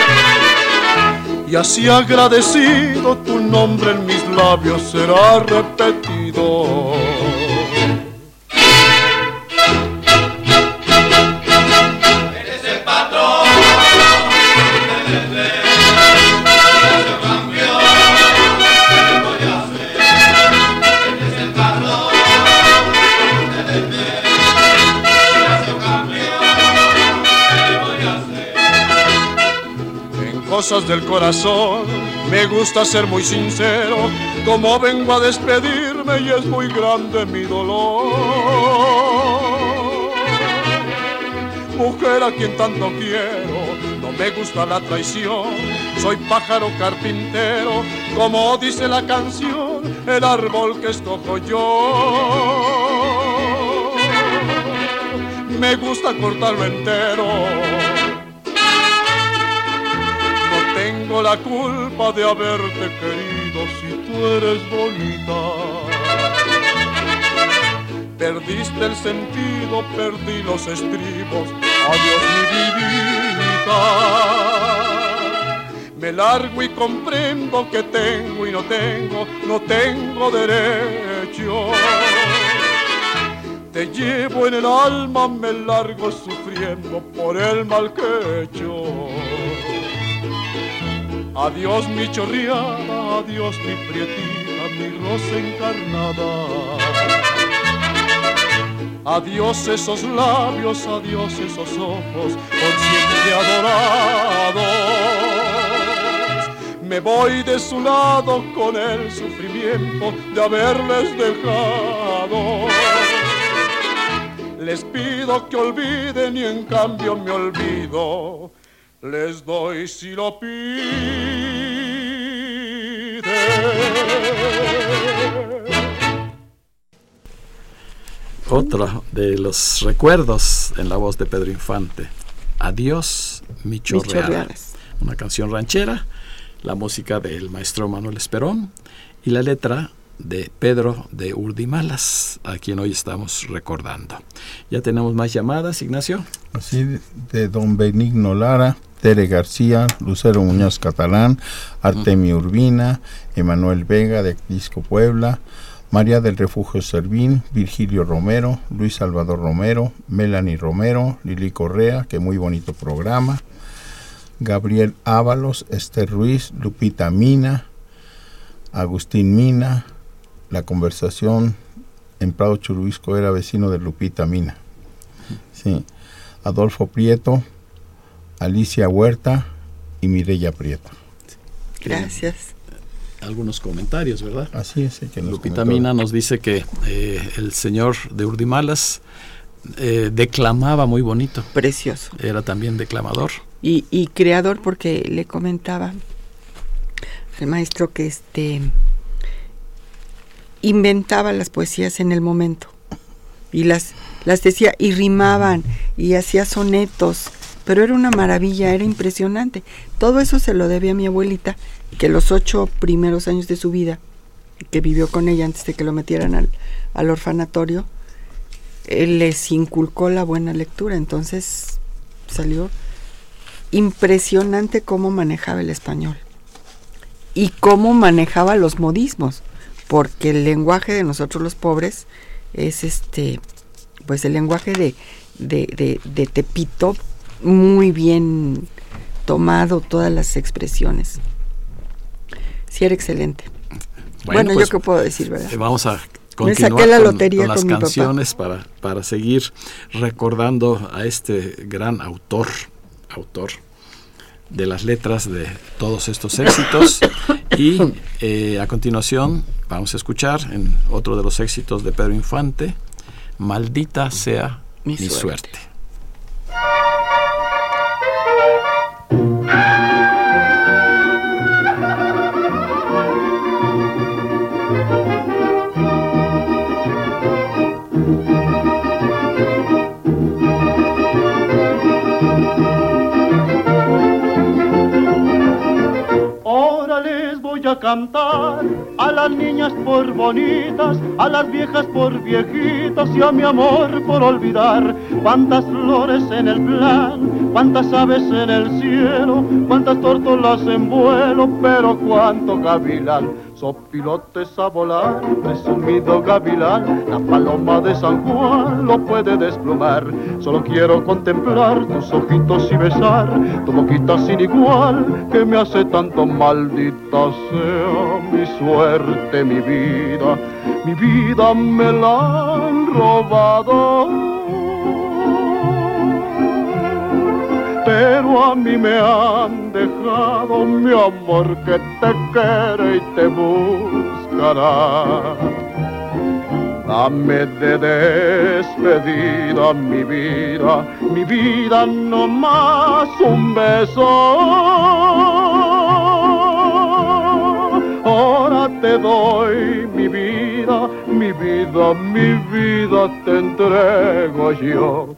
Speaker 3: Y así agradecido tu nombre en mis labios será repetido. Cosas del corazón, me gusta ser muy sincero, como vengo a despedirme y es muy grande mi dolor. Mujer a quien tanto quiero, no me gusta la traición, soy pájaro carpintero, como dice la canción, el árbol que escojo yo. Me gusta cortarlo entero. Tengo la culpa de haberte querido si tú eres bonita. Perdiste el sentido, perdí los estribos, adiós mi vidita. Me largo y comprendo que tengo y no tengo, no tengo derecho te llevo en el alma, me largo sufriendo por el mal que he hecho. Adiós mi chorreada, adiós mi prietita, mi rosa encarnada. Adiós esos labios, adiós esos ojos, por siempre adorados. Me voy de su lado con el sufrimiento de haberles dejado. Les pido que olviden y en cambio me olvido. Les doy si lo piden.
Speaker 4: Otro de los recuerdos en la voz de Pedro Infante. Adiós, mi chorreada. Una canción ranchera, la música del maestro Manuel Esperón y la letra de Pedro de Urdimalas, a quien hoy estamos recordando. Ya tenemos más llamadas, Ignacio.
Speaker 6: Así de, de don Benigno Lara, Tere García, Lucero Muñoz Catalán, Artemio Urbina, Emanuel Vega de Disco Puebla, María del Refugio Servín, Virgilio Romero, Luis Salvador Romero, Melanie Romero, Lili Correa, que muy bonito programa, Gabriel Ábalos, Esther Ruiz, Lupita Mina, Agustín Mina. La conversación en Prado Churubusco era vecino de Lupita Mina. Sí. Adolfo Prieto, Alicia Huerta y Mireya Prieto.
Speaker 5: Gracias.
Speaker 4: Algunos comentarios, ¿verdad?
Speaker 6: Así es. Que nos
Speaker 4: Lupita Mina nos dice que eh, el señor de Urdimalas eh, declamaba muy bonito.
Speaker 5: Precioso.
Speaker 4: Era también declamador.
Speaker 5: Y, y creador, porque le comentaba el maestro que este inventaba las poesías en el momento y las, las decía y rimaban y hacía sonetos, pero era una maravilla, era impresionante. Todo eso se lo debe a mi abuelita, que los ocho primeros años de su vida, que vivió con ella antes de que lo metieran al, al orfanatorio, él les inculcó la buena lectura. Entonces salió impresionante cómo manejaba el español y cómo manejaba los modismos, porque el lenguaje de nosotros los pobres es este, pues el lenguaje de, de, de, de Tepito, muy bien tomado, todas las expresiones. Sí, era excelente. Bueno, bueno pues, yo qué puedo decir, ¿verdad?
Speaker 4: Vamos a continuar
Speaker 5: Me saqué la lotería
Speaker 4: con, con las
Speaker 5: con
Speaker 4: canciones para, para seguir recordando a este gran autor, autor de las letras de todos estos éxitos. Y eh, a continuación vamos a escuchar en otro de los éxitos de Pedro Infante, Maldita sea mi, mi suerte. suerte.
Speaker 3: A cantar a las niñas por bonitas, a las viejas por viejitas y a mi amor por olvidar. Cuántas flores en el plan, cuántas aves en el cielo, cuántas tórtolas en vuelo, pero cuánto gavilán, sopilotes a volar, presumido gavilán, la paloma de San Juan lo puede desplumar. Solo quiero contemplar tus ojitos y besar tu boquita sin igual, que me hace tanto. Maldita sea mi suerte, mi vida, mi vida me la han robado, pero a mí me han dejado mi amor que te quiere y te buscará. Dame de despedida mi vida, mi vida no más un beso. Ahora te doy mi vida, mi vida, mi vida te entrego yo.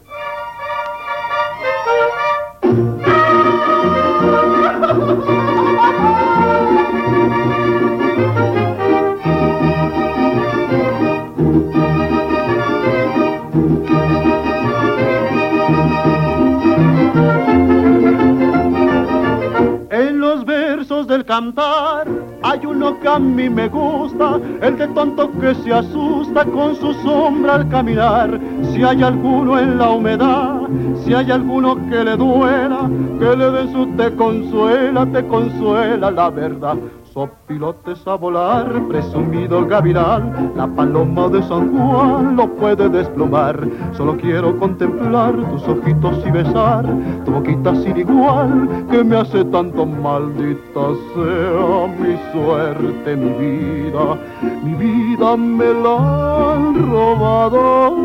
Speaker 3: En los versos del cantar Hay uno que a mí me gusta, el de tonto que se asusta con su sombra al caminar. Si hay alguno en la humedad, si hay alguno que le duela, que le den su te consuela, te consuela la verdad. Sopilotes a volar, presumido gavilán, la paloma de San Juan lo puede desplomar. Solo quiero contemplar tus ojitos y besar tu boquita sin igual, que me hace tanto. Maldita sea mi suerte, mi vida, mi vida me la han robado,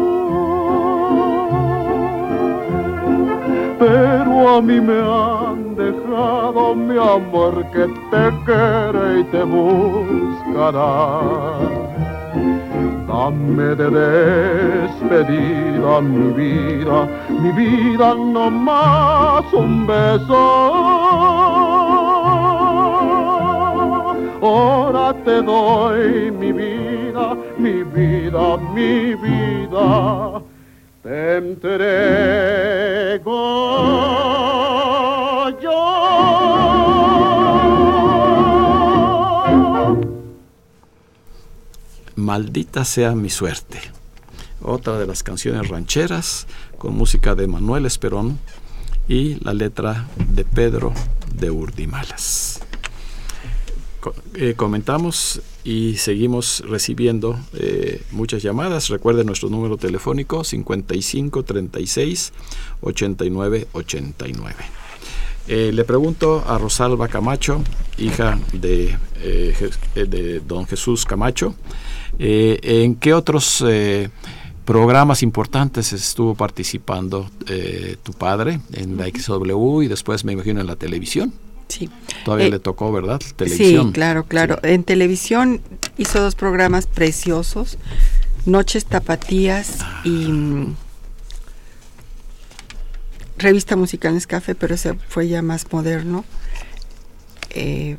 Speaker 3: pero a mí me han dejado mi amor que te quiere y te buscará. Dame de despedida mi vida, mi vida no más un beso. Ahora te doy mi vida, mi vida, mi vida. Te entrego yo.
Speaker 4: Maldita sea mi suerte. Otra de las canciones rancheras con música de Manuel Esperón y la letra de Pedro de Urdimalas. Co- eh, comentamos y seguimos recibiendo eh, muchas llamadas. Recuerden nuestro número telefónico cincuenta y cinco treinta y seis ochenta y nueve ochenta y nueve. Eh, le pregunto a Rosalba Camacho, hija de, eh, Je- de don Jesús Camacho, eh, ¿en qué otros eh, programas importantes estuvo participando eh, tu padre en la X W y después me imagino en la televisión?
Speaker 5: Sí.
Speaker 4: Todavía
Speaker 5: Eh,
Speaker 4: le tocó, ¿verdad? Televisión.
Speaker 5: Sí, claro, claro.
Speaker 4: Sí.
Speaker 5: En televisión hizo dos programas preciosos, Noches Tapatías
Speaker 4: Ah.
Speaker 5: y mm, Revista Musical Nescafé, pero ese fue ya más moderno. Eh,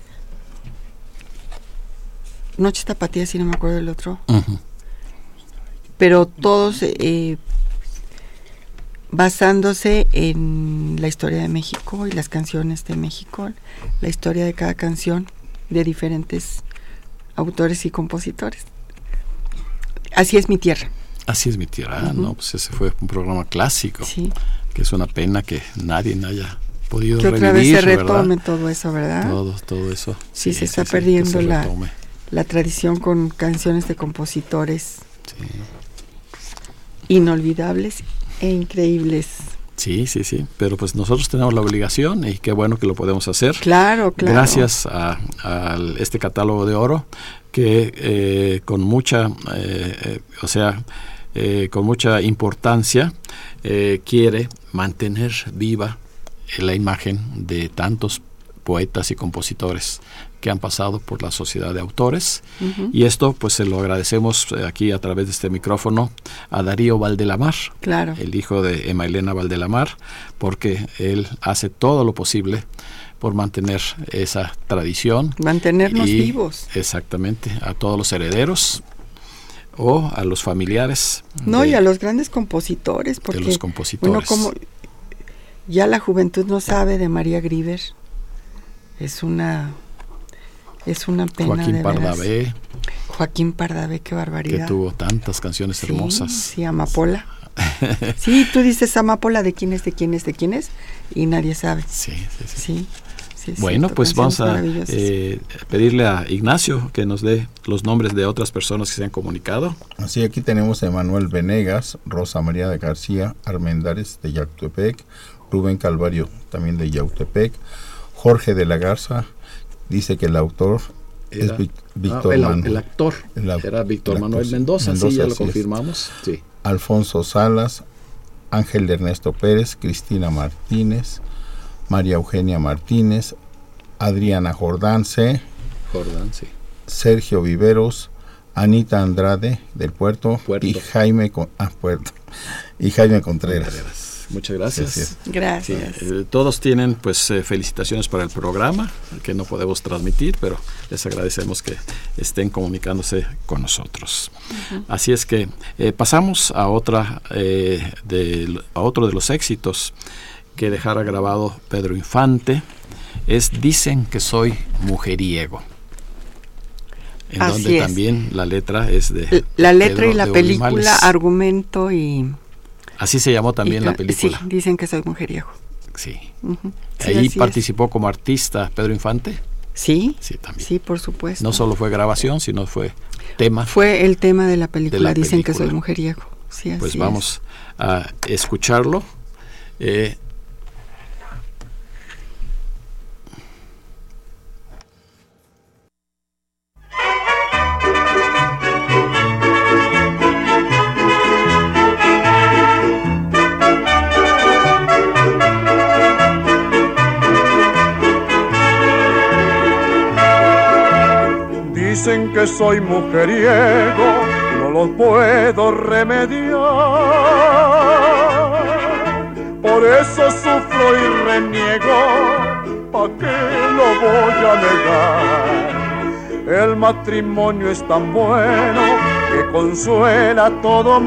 Speaker 5: Noches Tapatías, si no me acuerdo del otro.
Speaker 4: Uh-huh.
Speaker 5: Pero todos eh, basándose en la historia de México y las canciones de México, la historia de cada canción de diferentes autores y compositores. Así es mi tierra.
Speaker 4: Así es mi tierra.
Speaker 5: Uh-huh.
Speaker 4: No, pues ese fue un programa clásico,
Speaker 5: Sí.
Speaker 4: que es una pena que nadie haya podido
Speaker 5: Que otra
Speaker 4: revivir,
Speaker 5: vez se retome
Speaker 4: ¿verdad?
Speaker 5: todo eso, ¿verdad?
Speaker 4: Todo, todo eso.
Speaker 5: Sí, se está
Speaker 4: que
Speaker 5: perdiendo
Speaker 4: se
Speaker 5: la-
Speaker 4: retome.
Speaker 5: La tradición con canciones de compositores
Speaker 4: Sí.
Speaker 5: inolvidables e increíbles.
Speaker 4: Sí, sí, sí, pero pues nosotros tenemos la obligación y qué bueno que lo podemos hacer.
Speaker 5: Claro, claro.
Speaker 4: Gracias a, a este catálogo de oro que eh, con mucha, eh, eh, o sea, eh, con mucha importancia eh, quiere mantener viva eh, la imagen de tantos poetas y compositores que han pasado por la Sociedad de Autores.
Speaker 5: Uh-huh.
Speaker 4: Y esto pues se lo agradecemos eh, aquí a través de este micrófono a Darío Valdelamar,
Speaker 5: Claro.
Speaker 4: el hijo de Emma Elena Valdelamar, porque él hace todo lo posible por mantener esa tradición.
Speaker 5: Mantenernos
Speaker 4: y,
Speaker 5: vivos.
Speaker 4: Exactamente, a todos los herederos o a los familiares.
Speaker 5: No,
Speaker 4: de,
Speaker 5: y a los grandes compositores, porque
Speaker 4: de los compositores.
Speaker 5: uno como ya la juventud no sabe de María Grieber. Es una es una pena.
Speaker 4: Joaquín
Speaker 5: de veras.
Speaker 4: Pardavé,
Speaker 5: Joaquín Pardavé, qué
Speaker 4: que
Speaker 5: barbaridad.
Speaker 4: tuvo tantas canciones
Speaker 5: Sí,
Speaker 4: hermosas.
Speaker 5: Sí, Amapola. Sí, tú dices Amapola, ¿de quién es, de quién es, de quién es? Y nadie sabe.
Speaker 4: Sí, sí, sí.
Speaker 5: Sí, sí, es
Speaker 4: Bueno,
Speaker 5: cierto,
Speaker 4: pues vamos
Speaker 5: canciones
Speaker 4: a
Speaker 5: maravillosas.
Speaker 4: eh, pedirle a Ignacio que nos dé los nombres de otras personas que se han comunicado.
Speaker 6: Así, aquí tenemos a Emanuel Venegas, Rosa María de García Armendáriz de Yautepec, Rubén Calvario también de Yautepec, Jorge de la Garza, dice que el autor
Speaker 4: Era-
Speaker 6: es Vic- Víctor
Speaker 4: Ah, el,
Speaker 6: Manuel.
Speaker 4: el actor
Speaker 6: El au-
Speaker 4: era Víctor
Speaker 6: el
Speaker 4: Manuel
Speaker 6: actor,
Speaker 4: Mendoza,
Speaker 6: Mendoza,
Speaker 4: sí, ya lo
Speaker 6: así es.
Speaker 4: confirmamos. Sí.
Speaker 6: Alfonso Salas, Ángel Ernesto Pérez, Cristina Martínez, María Eugenia Martínez, Adriana Jordán C.,
Speaker 4: Jordán, sí.
Speaker 6: Sergio Viveros, Anita Andrade del Puerto,
Speaker 4: Puerto.
Speaker 6: y Jaime Con- ah, Puerto, y Jaime Contreras.
Speaker 4: Contreras. Muchas gracias.
Speaker 6: Sí, sí.
Speaker 4: Sí,
Speaker 5: Gracias.
Speaker 4: eh, todos tienen pues eh, felicitaciones para el programa que no podemos transmitir, pero les agradecemos que estén comunicándose con nosotros. Uh-huh. Así es que eh, pasamos a otra eh, de, a otro de los éxitos que dejara grabado Pedro Infante. Es Dicen que soy mujeriego. en
Speaker 5: Así
Speaker 4: donde
Speaker 5: es.
Speaker 4: también la letra es de
Speaker 5: La letra
Speaker 4: Pedro
Speaker 5: y la
Speaker 4: de
Speaker 5: película,
Speaker 4: Urdimales.
Speaker 5: argumento y...
Speaker 4: Así se llamó también
Speaker 5: y,
Speaker 4: la película.
Speaker 5: Sí, dicen que soy mujeriego.
Speaker 4: Sí.
Speaker 5: Uh-huh. Sí,
Speaker 4: Ahí
Speaker 5: así
Speaker 4: participó como artista Pedro Infante.
Speaker 5: es. Sí,
Speaker 4: Sí, también.
Speaker 5: sí, por supuesto.
Speaker 4: No solo fue grabación, sino fue tema.
Speaker 5: Fue el tema de la película,
Speaker 4: de la
Speaker 5: dicen que
Speaker 4: película.
Speaker 5: soy mujeriego. Sí, así
Speaker 4: Pues vamos a escucharlo. Eh,
Speaker 3: Dicen que soy mujeriego, no lo puedo remediar. Por eso sufro y reniego, ¿pa' qué lo voy a negar? El matrimonio es tan bueno que consuela todo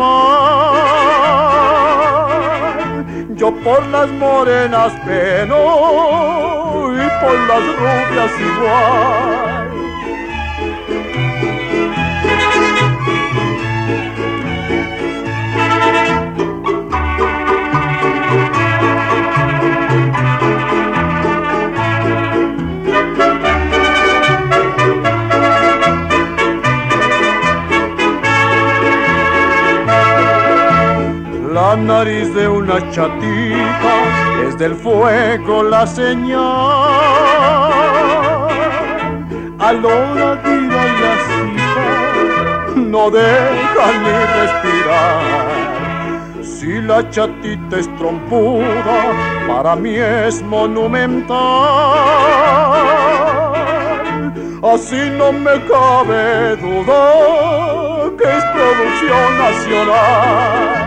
Speaker 3: mal. Yo por las morenas peno y por las rubias igual. La nariz de una chatita es del fuego la señal. A la hora de ir a la cita no deja ni respirar. Si la chatita es trompuda, para mí es monumental. Así no me cabe duda que es producción nacional.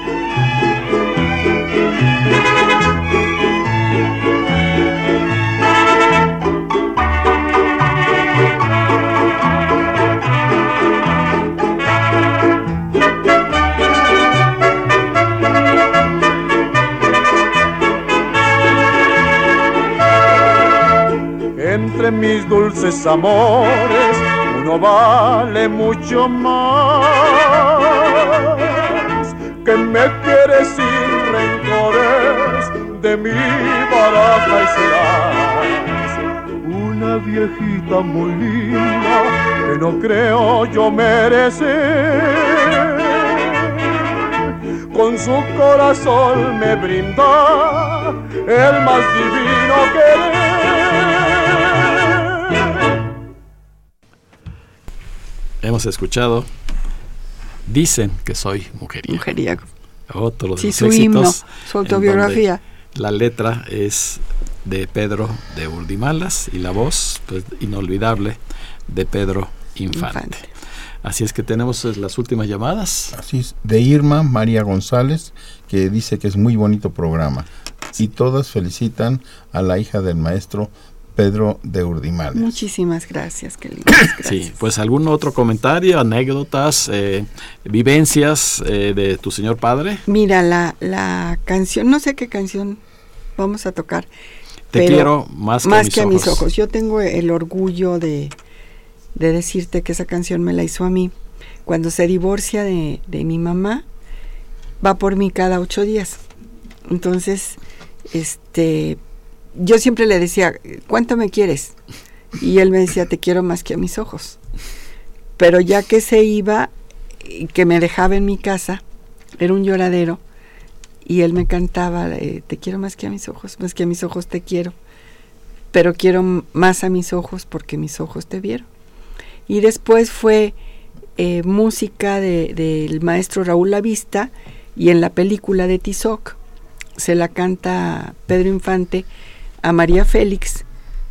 Speaker 3: Entre mis dulces amores uno vale mucho más, que me quiere sin rencores, de mi baraja y serás una viejita muy linda que no creo yo merecer. Con su corazón me brinda el más divino querer.
Speaker 4: Hemos escuchado Dicen que soy mujeriego.
Speaker 5: Mujeriego.
Speaker 4: Otro de
Speaker 5: Sí,
Speaker 4: los
Speaker 5: su
Speaker 4: éxitos,
Speaker 5: himno, su autobiografía.
Speaker 4: La letra es de Pedro de Urdimalas y la voz, pues, inolvidable, de Pedro Infante.
Speaker 5: Infante.
Speaker 4: Así es que tenemos las últimas llamadas.
Speaker 6: Así es, de Irma María González, que dice que es muy bonito programa. Y todas felicitan a la hija del maestro Pedro de Urdimales.
Speaker 5: Muchísimas gracias, qué lindas gracias.
Speaker 4: Sí, pues algún otro comentario, anécdotas, eh, vivencias eh, de tu señor padre.
Speaker 5: Mira, la, la canción, no sé qué canción vamos a tocar.
Speaker 4: Te
Speaker 5: pero
Speaker 4: quiero más que,
Speaker 5: más
Speaker 4: a, mis
Speaker 5: que a mis
Speaker 4: ojos.
Speaker 5: ojos. Yo tengo el orgullo de, de decirte que esa canción me la hizo a mí. Cuando se divorcia de, de mi mamá, va por mí cada ocho días. Entonces, este... yo siempre le decía, ¿cuánto me quieres? Y él me decía, te quiero más que a mis ojos. Pero ya que se iba, que me dejaba en mi casa, era un lloradero, y él me cantaba, eh, te quiero más que a mis ojos, más que a mis ojos te quiero, pero quiero más a mis ojos porque mis ojos te vieron. Y después fue eh, música de, del maestro Raúl Lavista, y en la película de Tizoc se la canta Pedro Infante a María Félix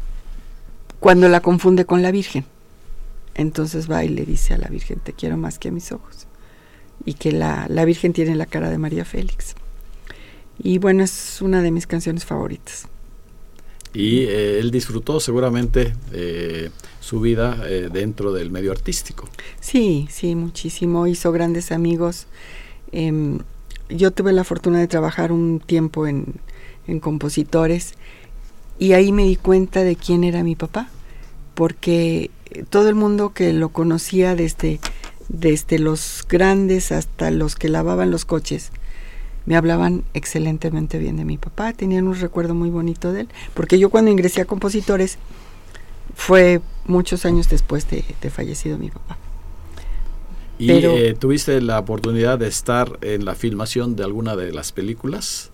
Speaker 5: cuando la confunde con la Virgen. Entonces va y le dice a la Virgen, te quiero más que a mis ojos. Y que la, la Virgen tiene la cara de María Félix. Y bueno, es una de mis canciones favoritas.
Speaker 4: Y eh, él disfrutó seguramente eh, su vida eh, dentro del medio artístico.
Speaker 5: Sí, sí, muchísimo. Hizo grandes amigos. Eh, yo tuve la fortuna de trabajar un tiempo en, en compositores, y ahí me di cuenta de quién era mi papá. porque todo el mundo que lo conocía desde, desde los grandes hasta los que lavaban los coches, me hablaban excelentemente bien de mi papá, tenían un recuerdo muy bonito de él, porque yo cuando ingresé a compositores fue muchos años después de, de fallecido mi papá.
Speaker 4: ¿Y
Speaker 5: Pero,
Speaker 4: eh, tuviste la oportunidad de estar en la filmación de alguna de las películas?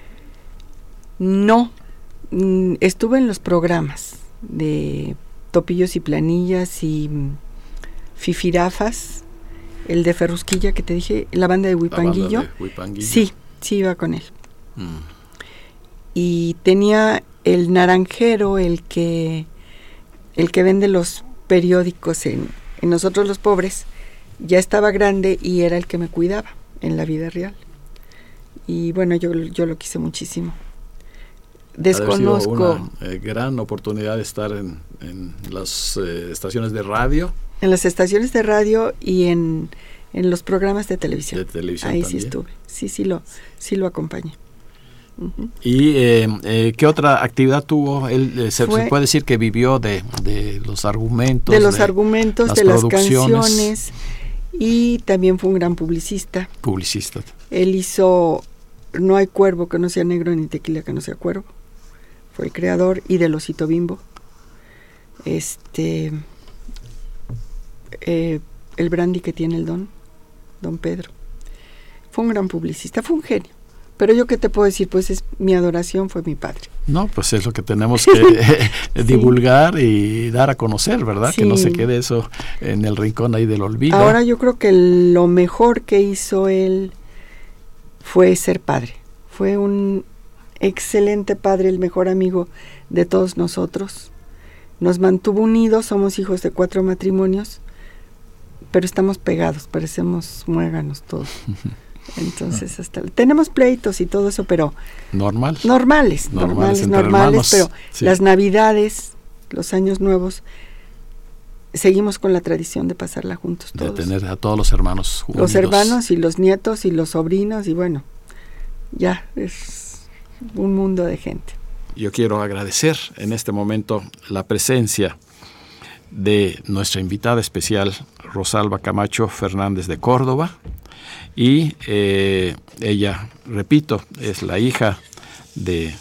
Speaker 5: No, mm, estuve en los programas de Topillos y Planillas y mm, Fifirafas, el de Ferrusquilla que te dije, la banda de Huipanguillo.
Speaker 4: La banda de Huipanguillo.
Speaker 5: Sí, sí iba con él.
Speaker 4: Mm.
Speaker 5: Y tenía el naranjero, el que el que vende los periódicos en, en Nosotros los Pobres, ya estaba grande y era el que me cuidaba en la vida real. Y bueno, yo, yo lo quise muchísimo. Desconozco.
Speaker 4: Ha sido una eh, gran oportunidad de estar en, en las eh, estaciones de radio.
Speaker 5: En las estaciones de radio y en, en los programas de televisión.
Speaker 4: De televisión
Speaker 5: Ahí
Speaker 4: también.
Speaker 5: sí estuve. Sí, sí lo, sí lo acompañé. Uh-huh.
Speaker 4: ¿Y eh, eh, qué otra actividad tuvo? Él, eh, se,
Speaker 5: Fue,
Speaker 4: se puede decir que vivió de, de los argumentos.
Speaker 5: De los
Speaker 4: de
Speaker 5: argumentos,
Speaker 4: las
Speaker 5: de las
Speaker 4: producciones.
Speaker 5: canciones. Y también fue un gran publicista.
Speaker 4: Publicista.
Speaker 5: Él hizo No hay cuervo que no sea negro ni tequila que no sea cuervo. Fue el creador. Y del Osito Bimbo. Este... Eh, el brandy que tiene el don, don Pedro. Fue un gran publicista, fue un genio. Pero yo qué te puedo decir, pues es mi adoración fue mi padre.
Speaker 4: No, pues es lo que tenemos que sí. divulgar y dar a conocer, ¿verdad?
Speaker 5: Sí.
Speaker 4: Que no se quede eso en el rincón ahí del olvido.
Speaker 5: Ahora yo creo que lo mejor que hizo él fue ser padre. Fue un excelente padre, el mejor amigo de todos nosotros. Nos mantuvo unidos, somos hijos de cuatro matrimonios, pero estamos pegados, parecemos muéganos todos. Entonces, hasta tenemos pleitos y todo eso, pero
Speaker 4: normal.
Speaker 5: normales,
Speaker 4: normales,
Speaker 5: normales, normales, pero
Speaker 4: sí.
Speaker 5: Las Navidades, los años nuevos, seguimos con la tradición de pasarla juntos todos.
Speaker 4: De tener a todos los hermanos unidos.
Speaker 5: Los hermanos y los nietos y los sobrinos, y bueno, ya es un mundo de gente.
Speaker 4: Yo quiero agradecer en este momento la presencia de nuestra invitada especial, Rosalba Camacho Fernández de Córdoba, y eh, ella, repito, es la hija de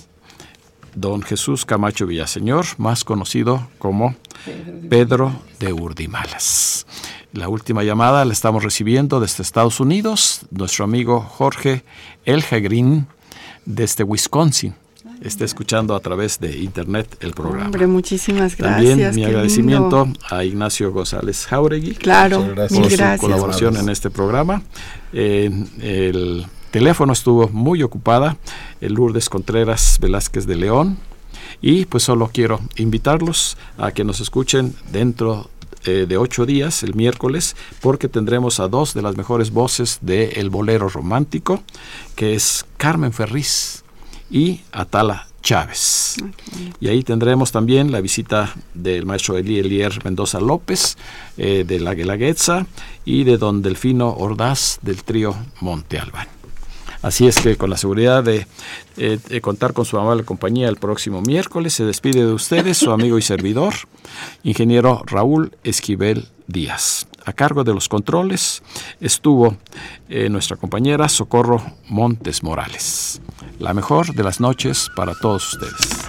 Speaker 4: don Jesús Camacho Villaseñor, más conocido como Pedro de Urdimalas. La última llamada la estamos recibiendo desde Estados Unidos, nuestro amigo Jorge Eljagrin desde Wisconsin. Está escuchando a través de internet el programa.
Speaker 5: Hombre, muchísimas gracias.
Speaker 4: También mi agradecimiento lindo. a Ignacio González Jauregui.
Speaker 5: Claro,
Speaker 4: por
Speaker 5: mil
Speaker 4: su
Speaker 5: gracias.
Speaker 4: colaboración en este programa. Eh, el teléfono estuvo muy ocupada, el Lourdes Contreras Velázquez de León. Y pues solo quiero invitarlos a que nos escuchen dentro eh, de ocho días, el miércoles, porque tendremos a dos de las mejores voces del bolero romántico, que es Carmen Ferriz y Atala Chávez. Okay. Y ahí tendremos también la visita del maestro Eli Elier Mendoza López, eh, de la Guelaguetza, y de don Delfino Ordaz del trío Monte Albán. Así es que con la seguridad de, eh, de contar con su amable compañía el próximo miércoles, se despide de ustedes su amigo y servidor, ingeniero Raúl Esquivel Díaz. A cargo de los controles estuvo eh, nuestra compañera Socorro Montes Morales. La mejor de las noches para todos ustedes.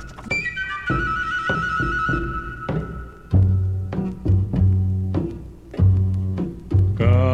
Speaker 3: God.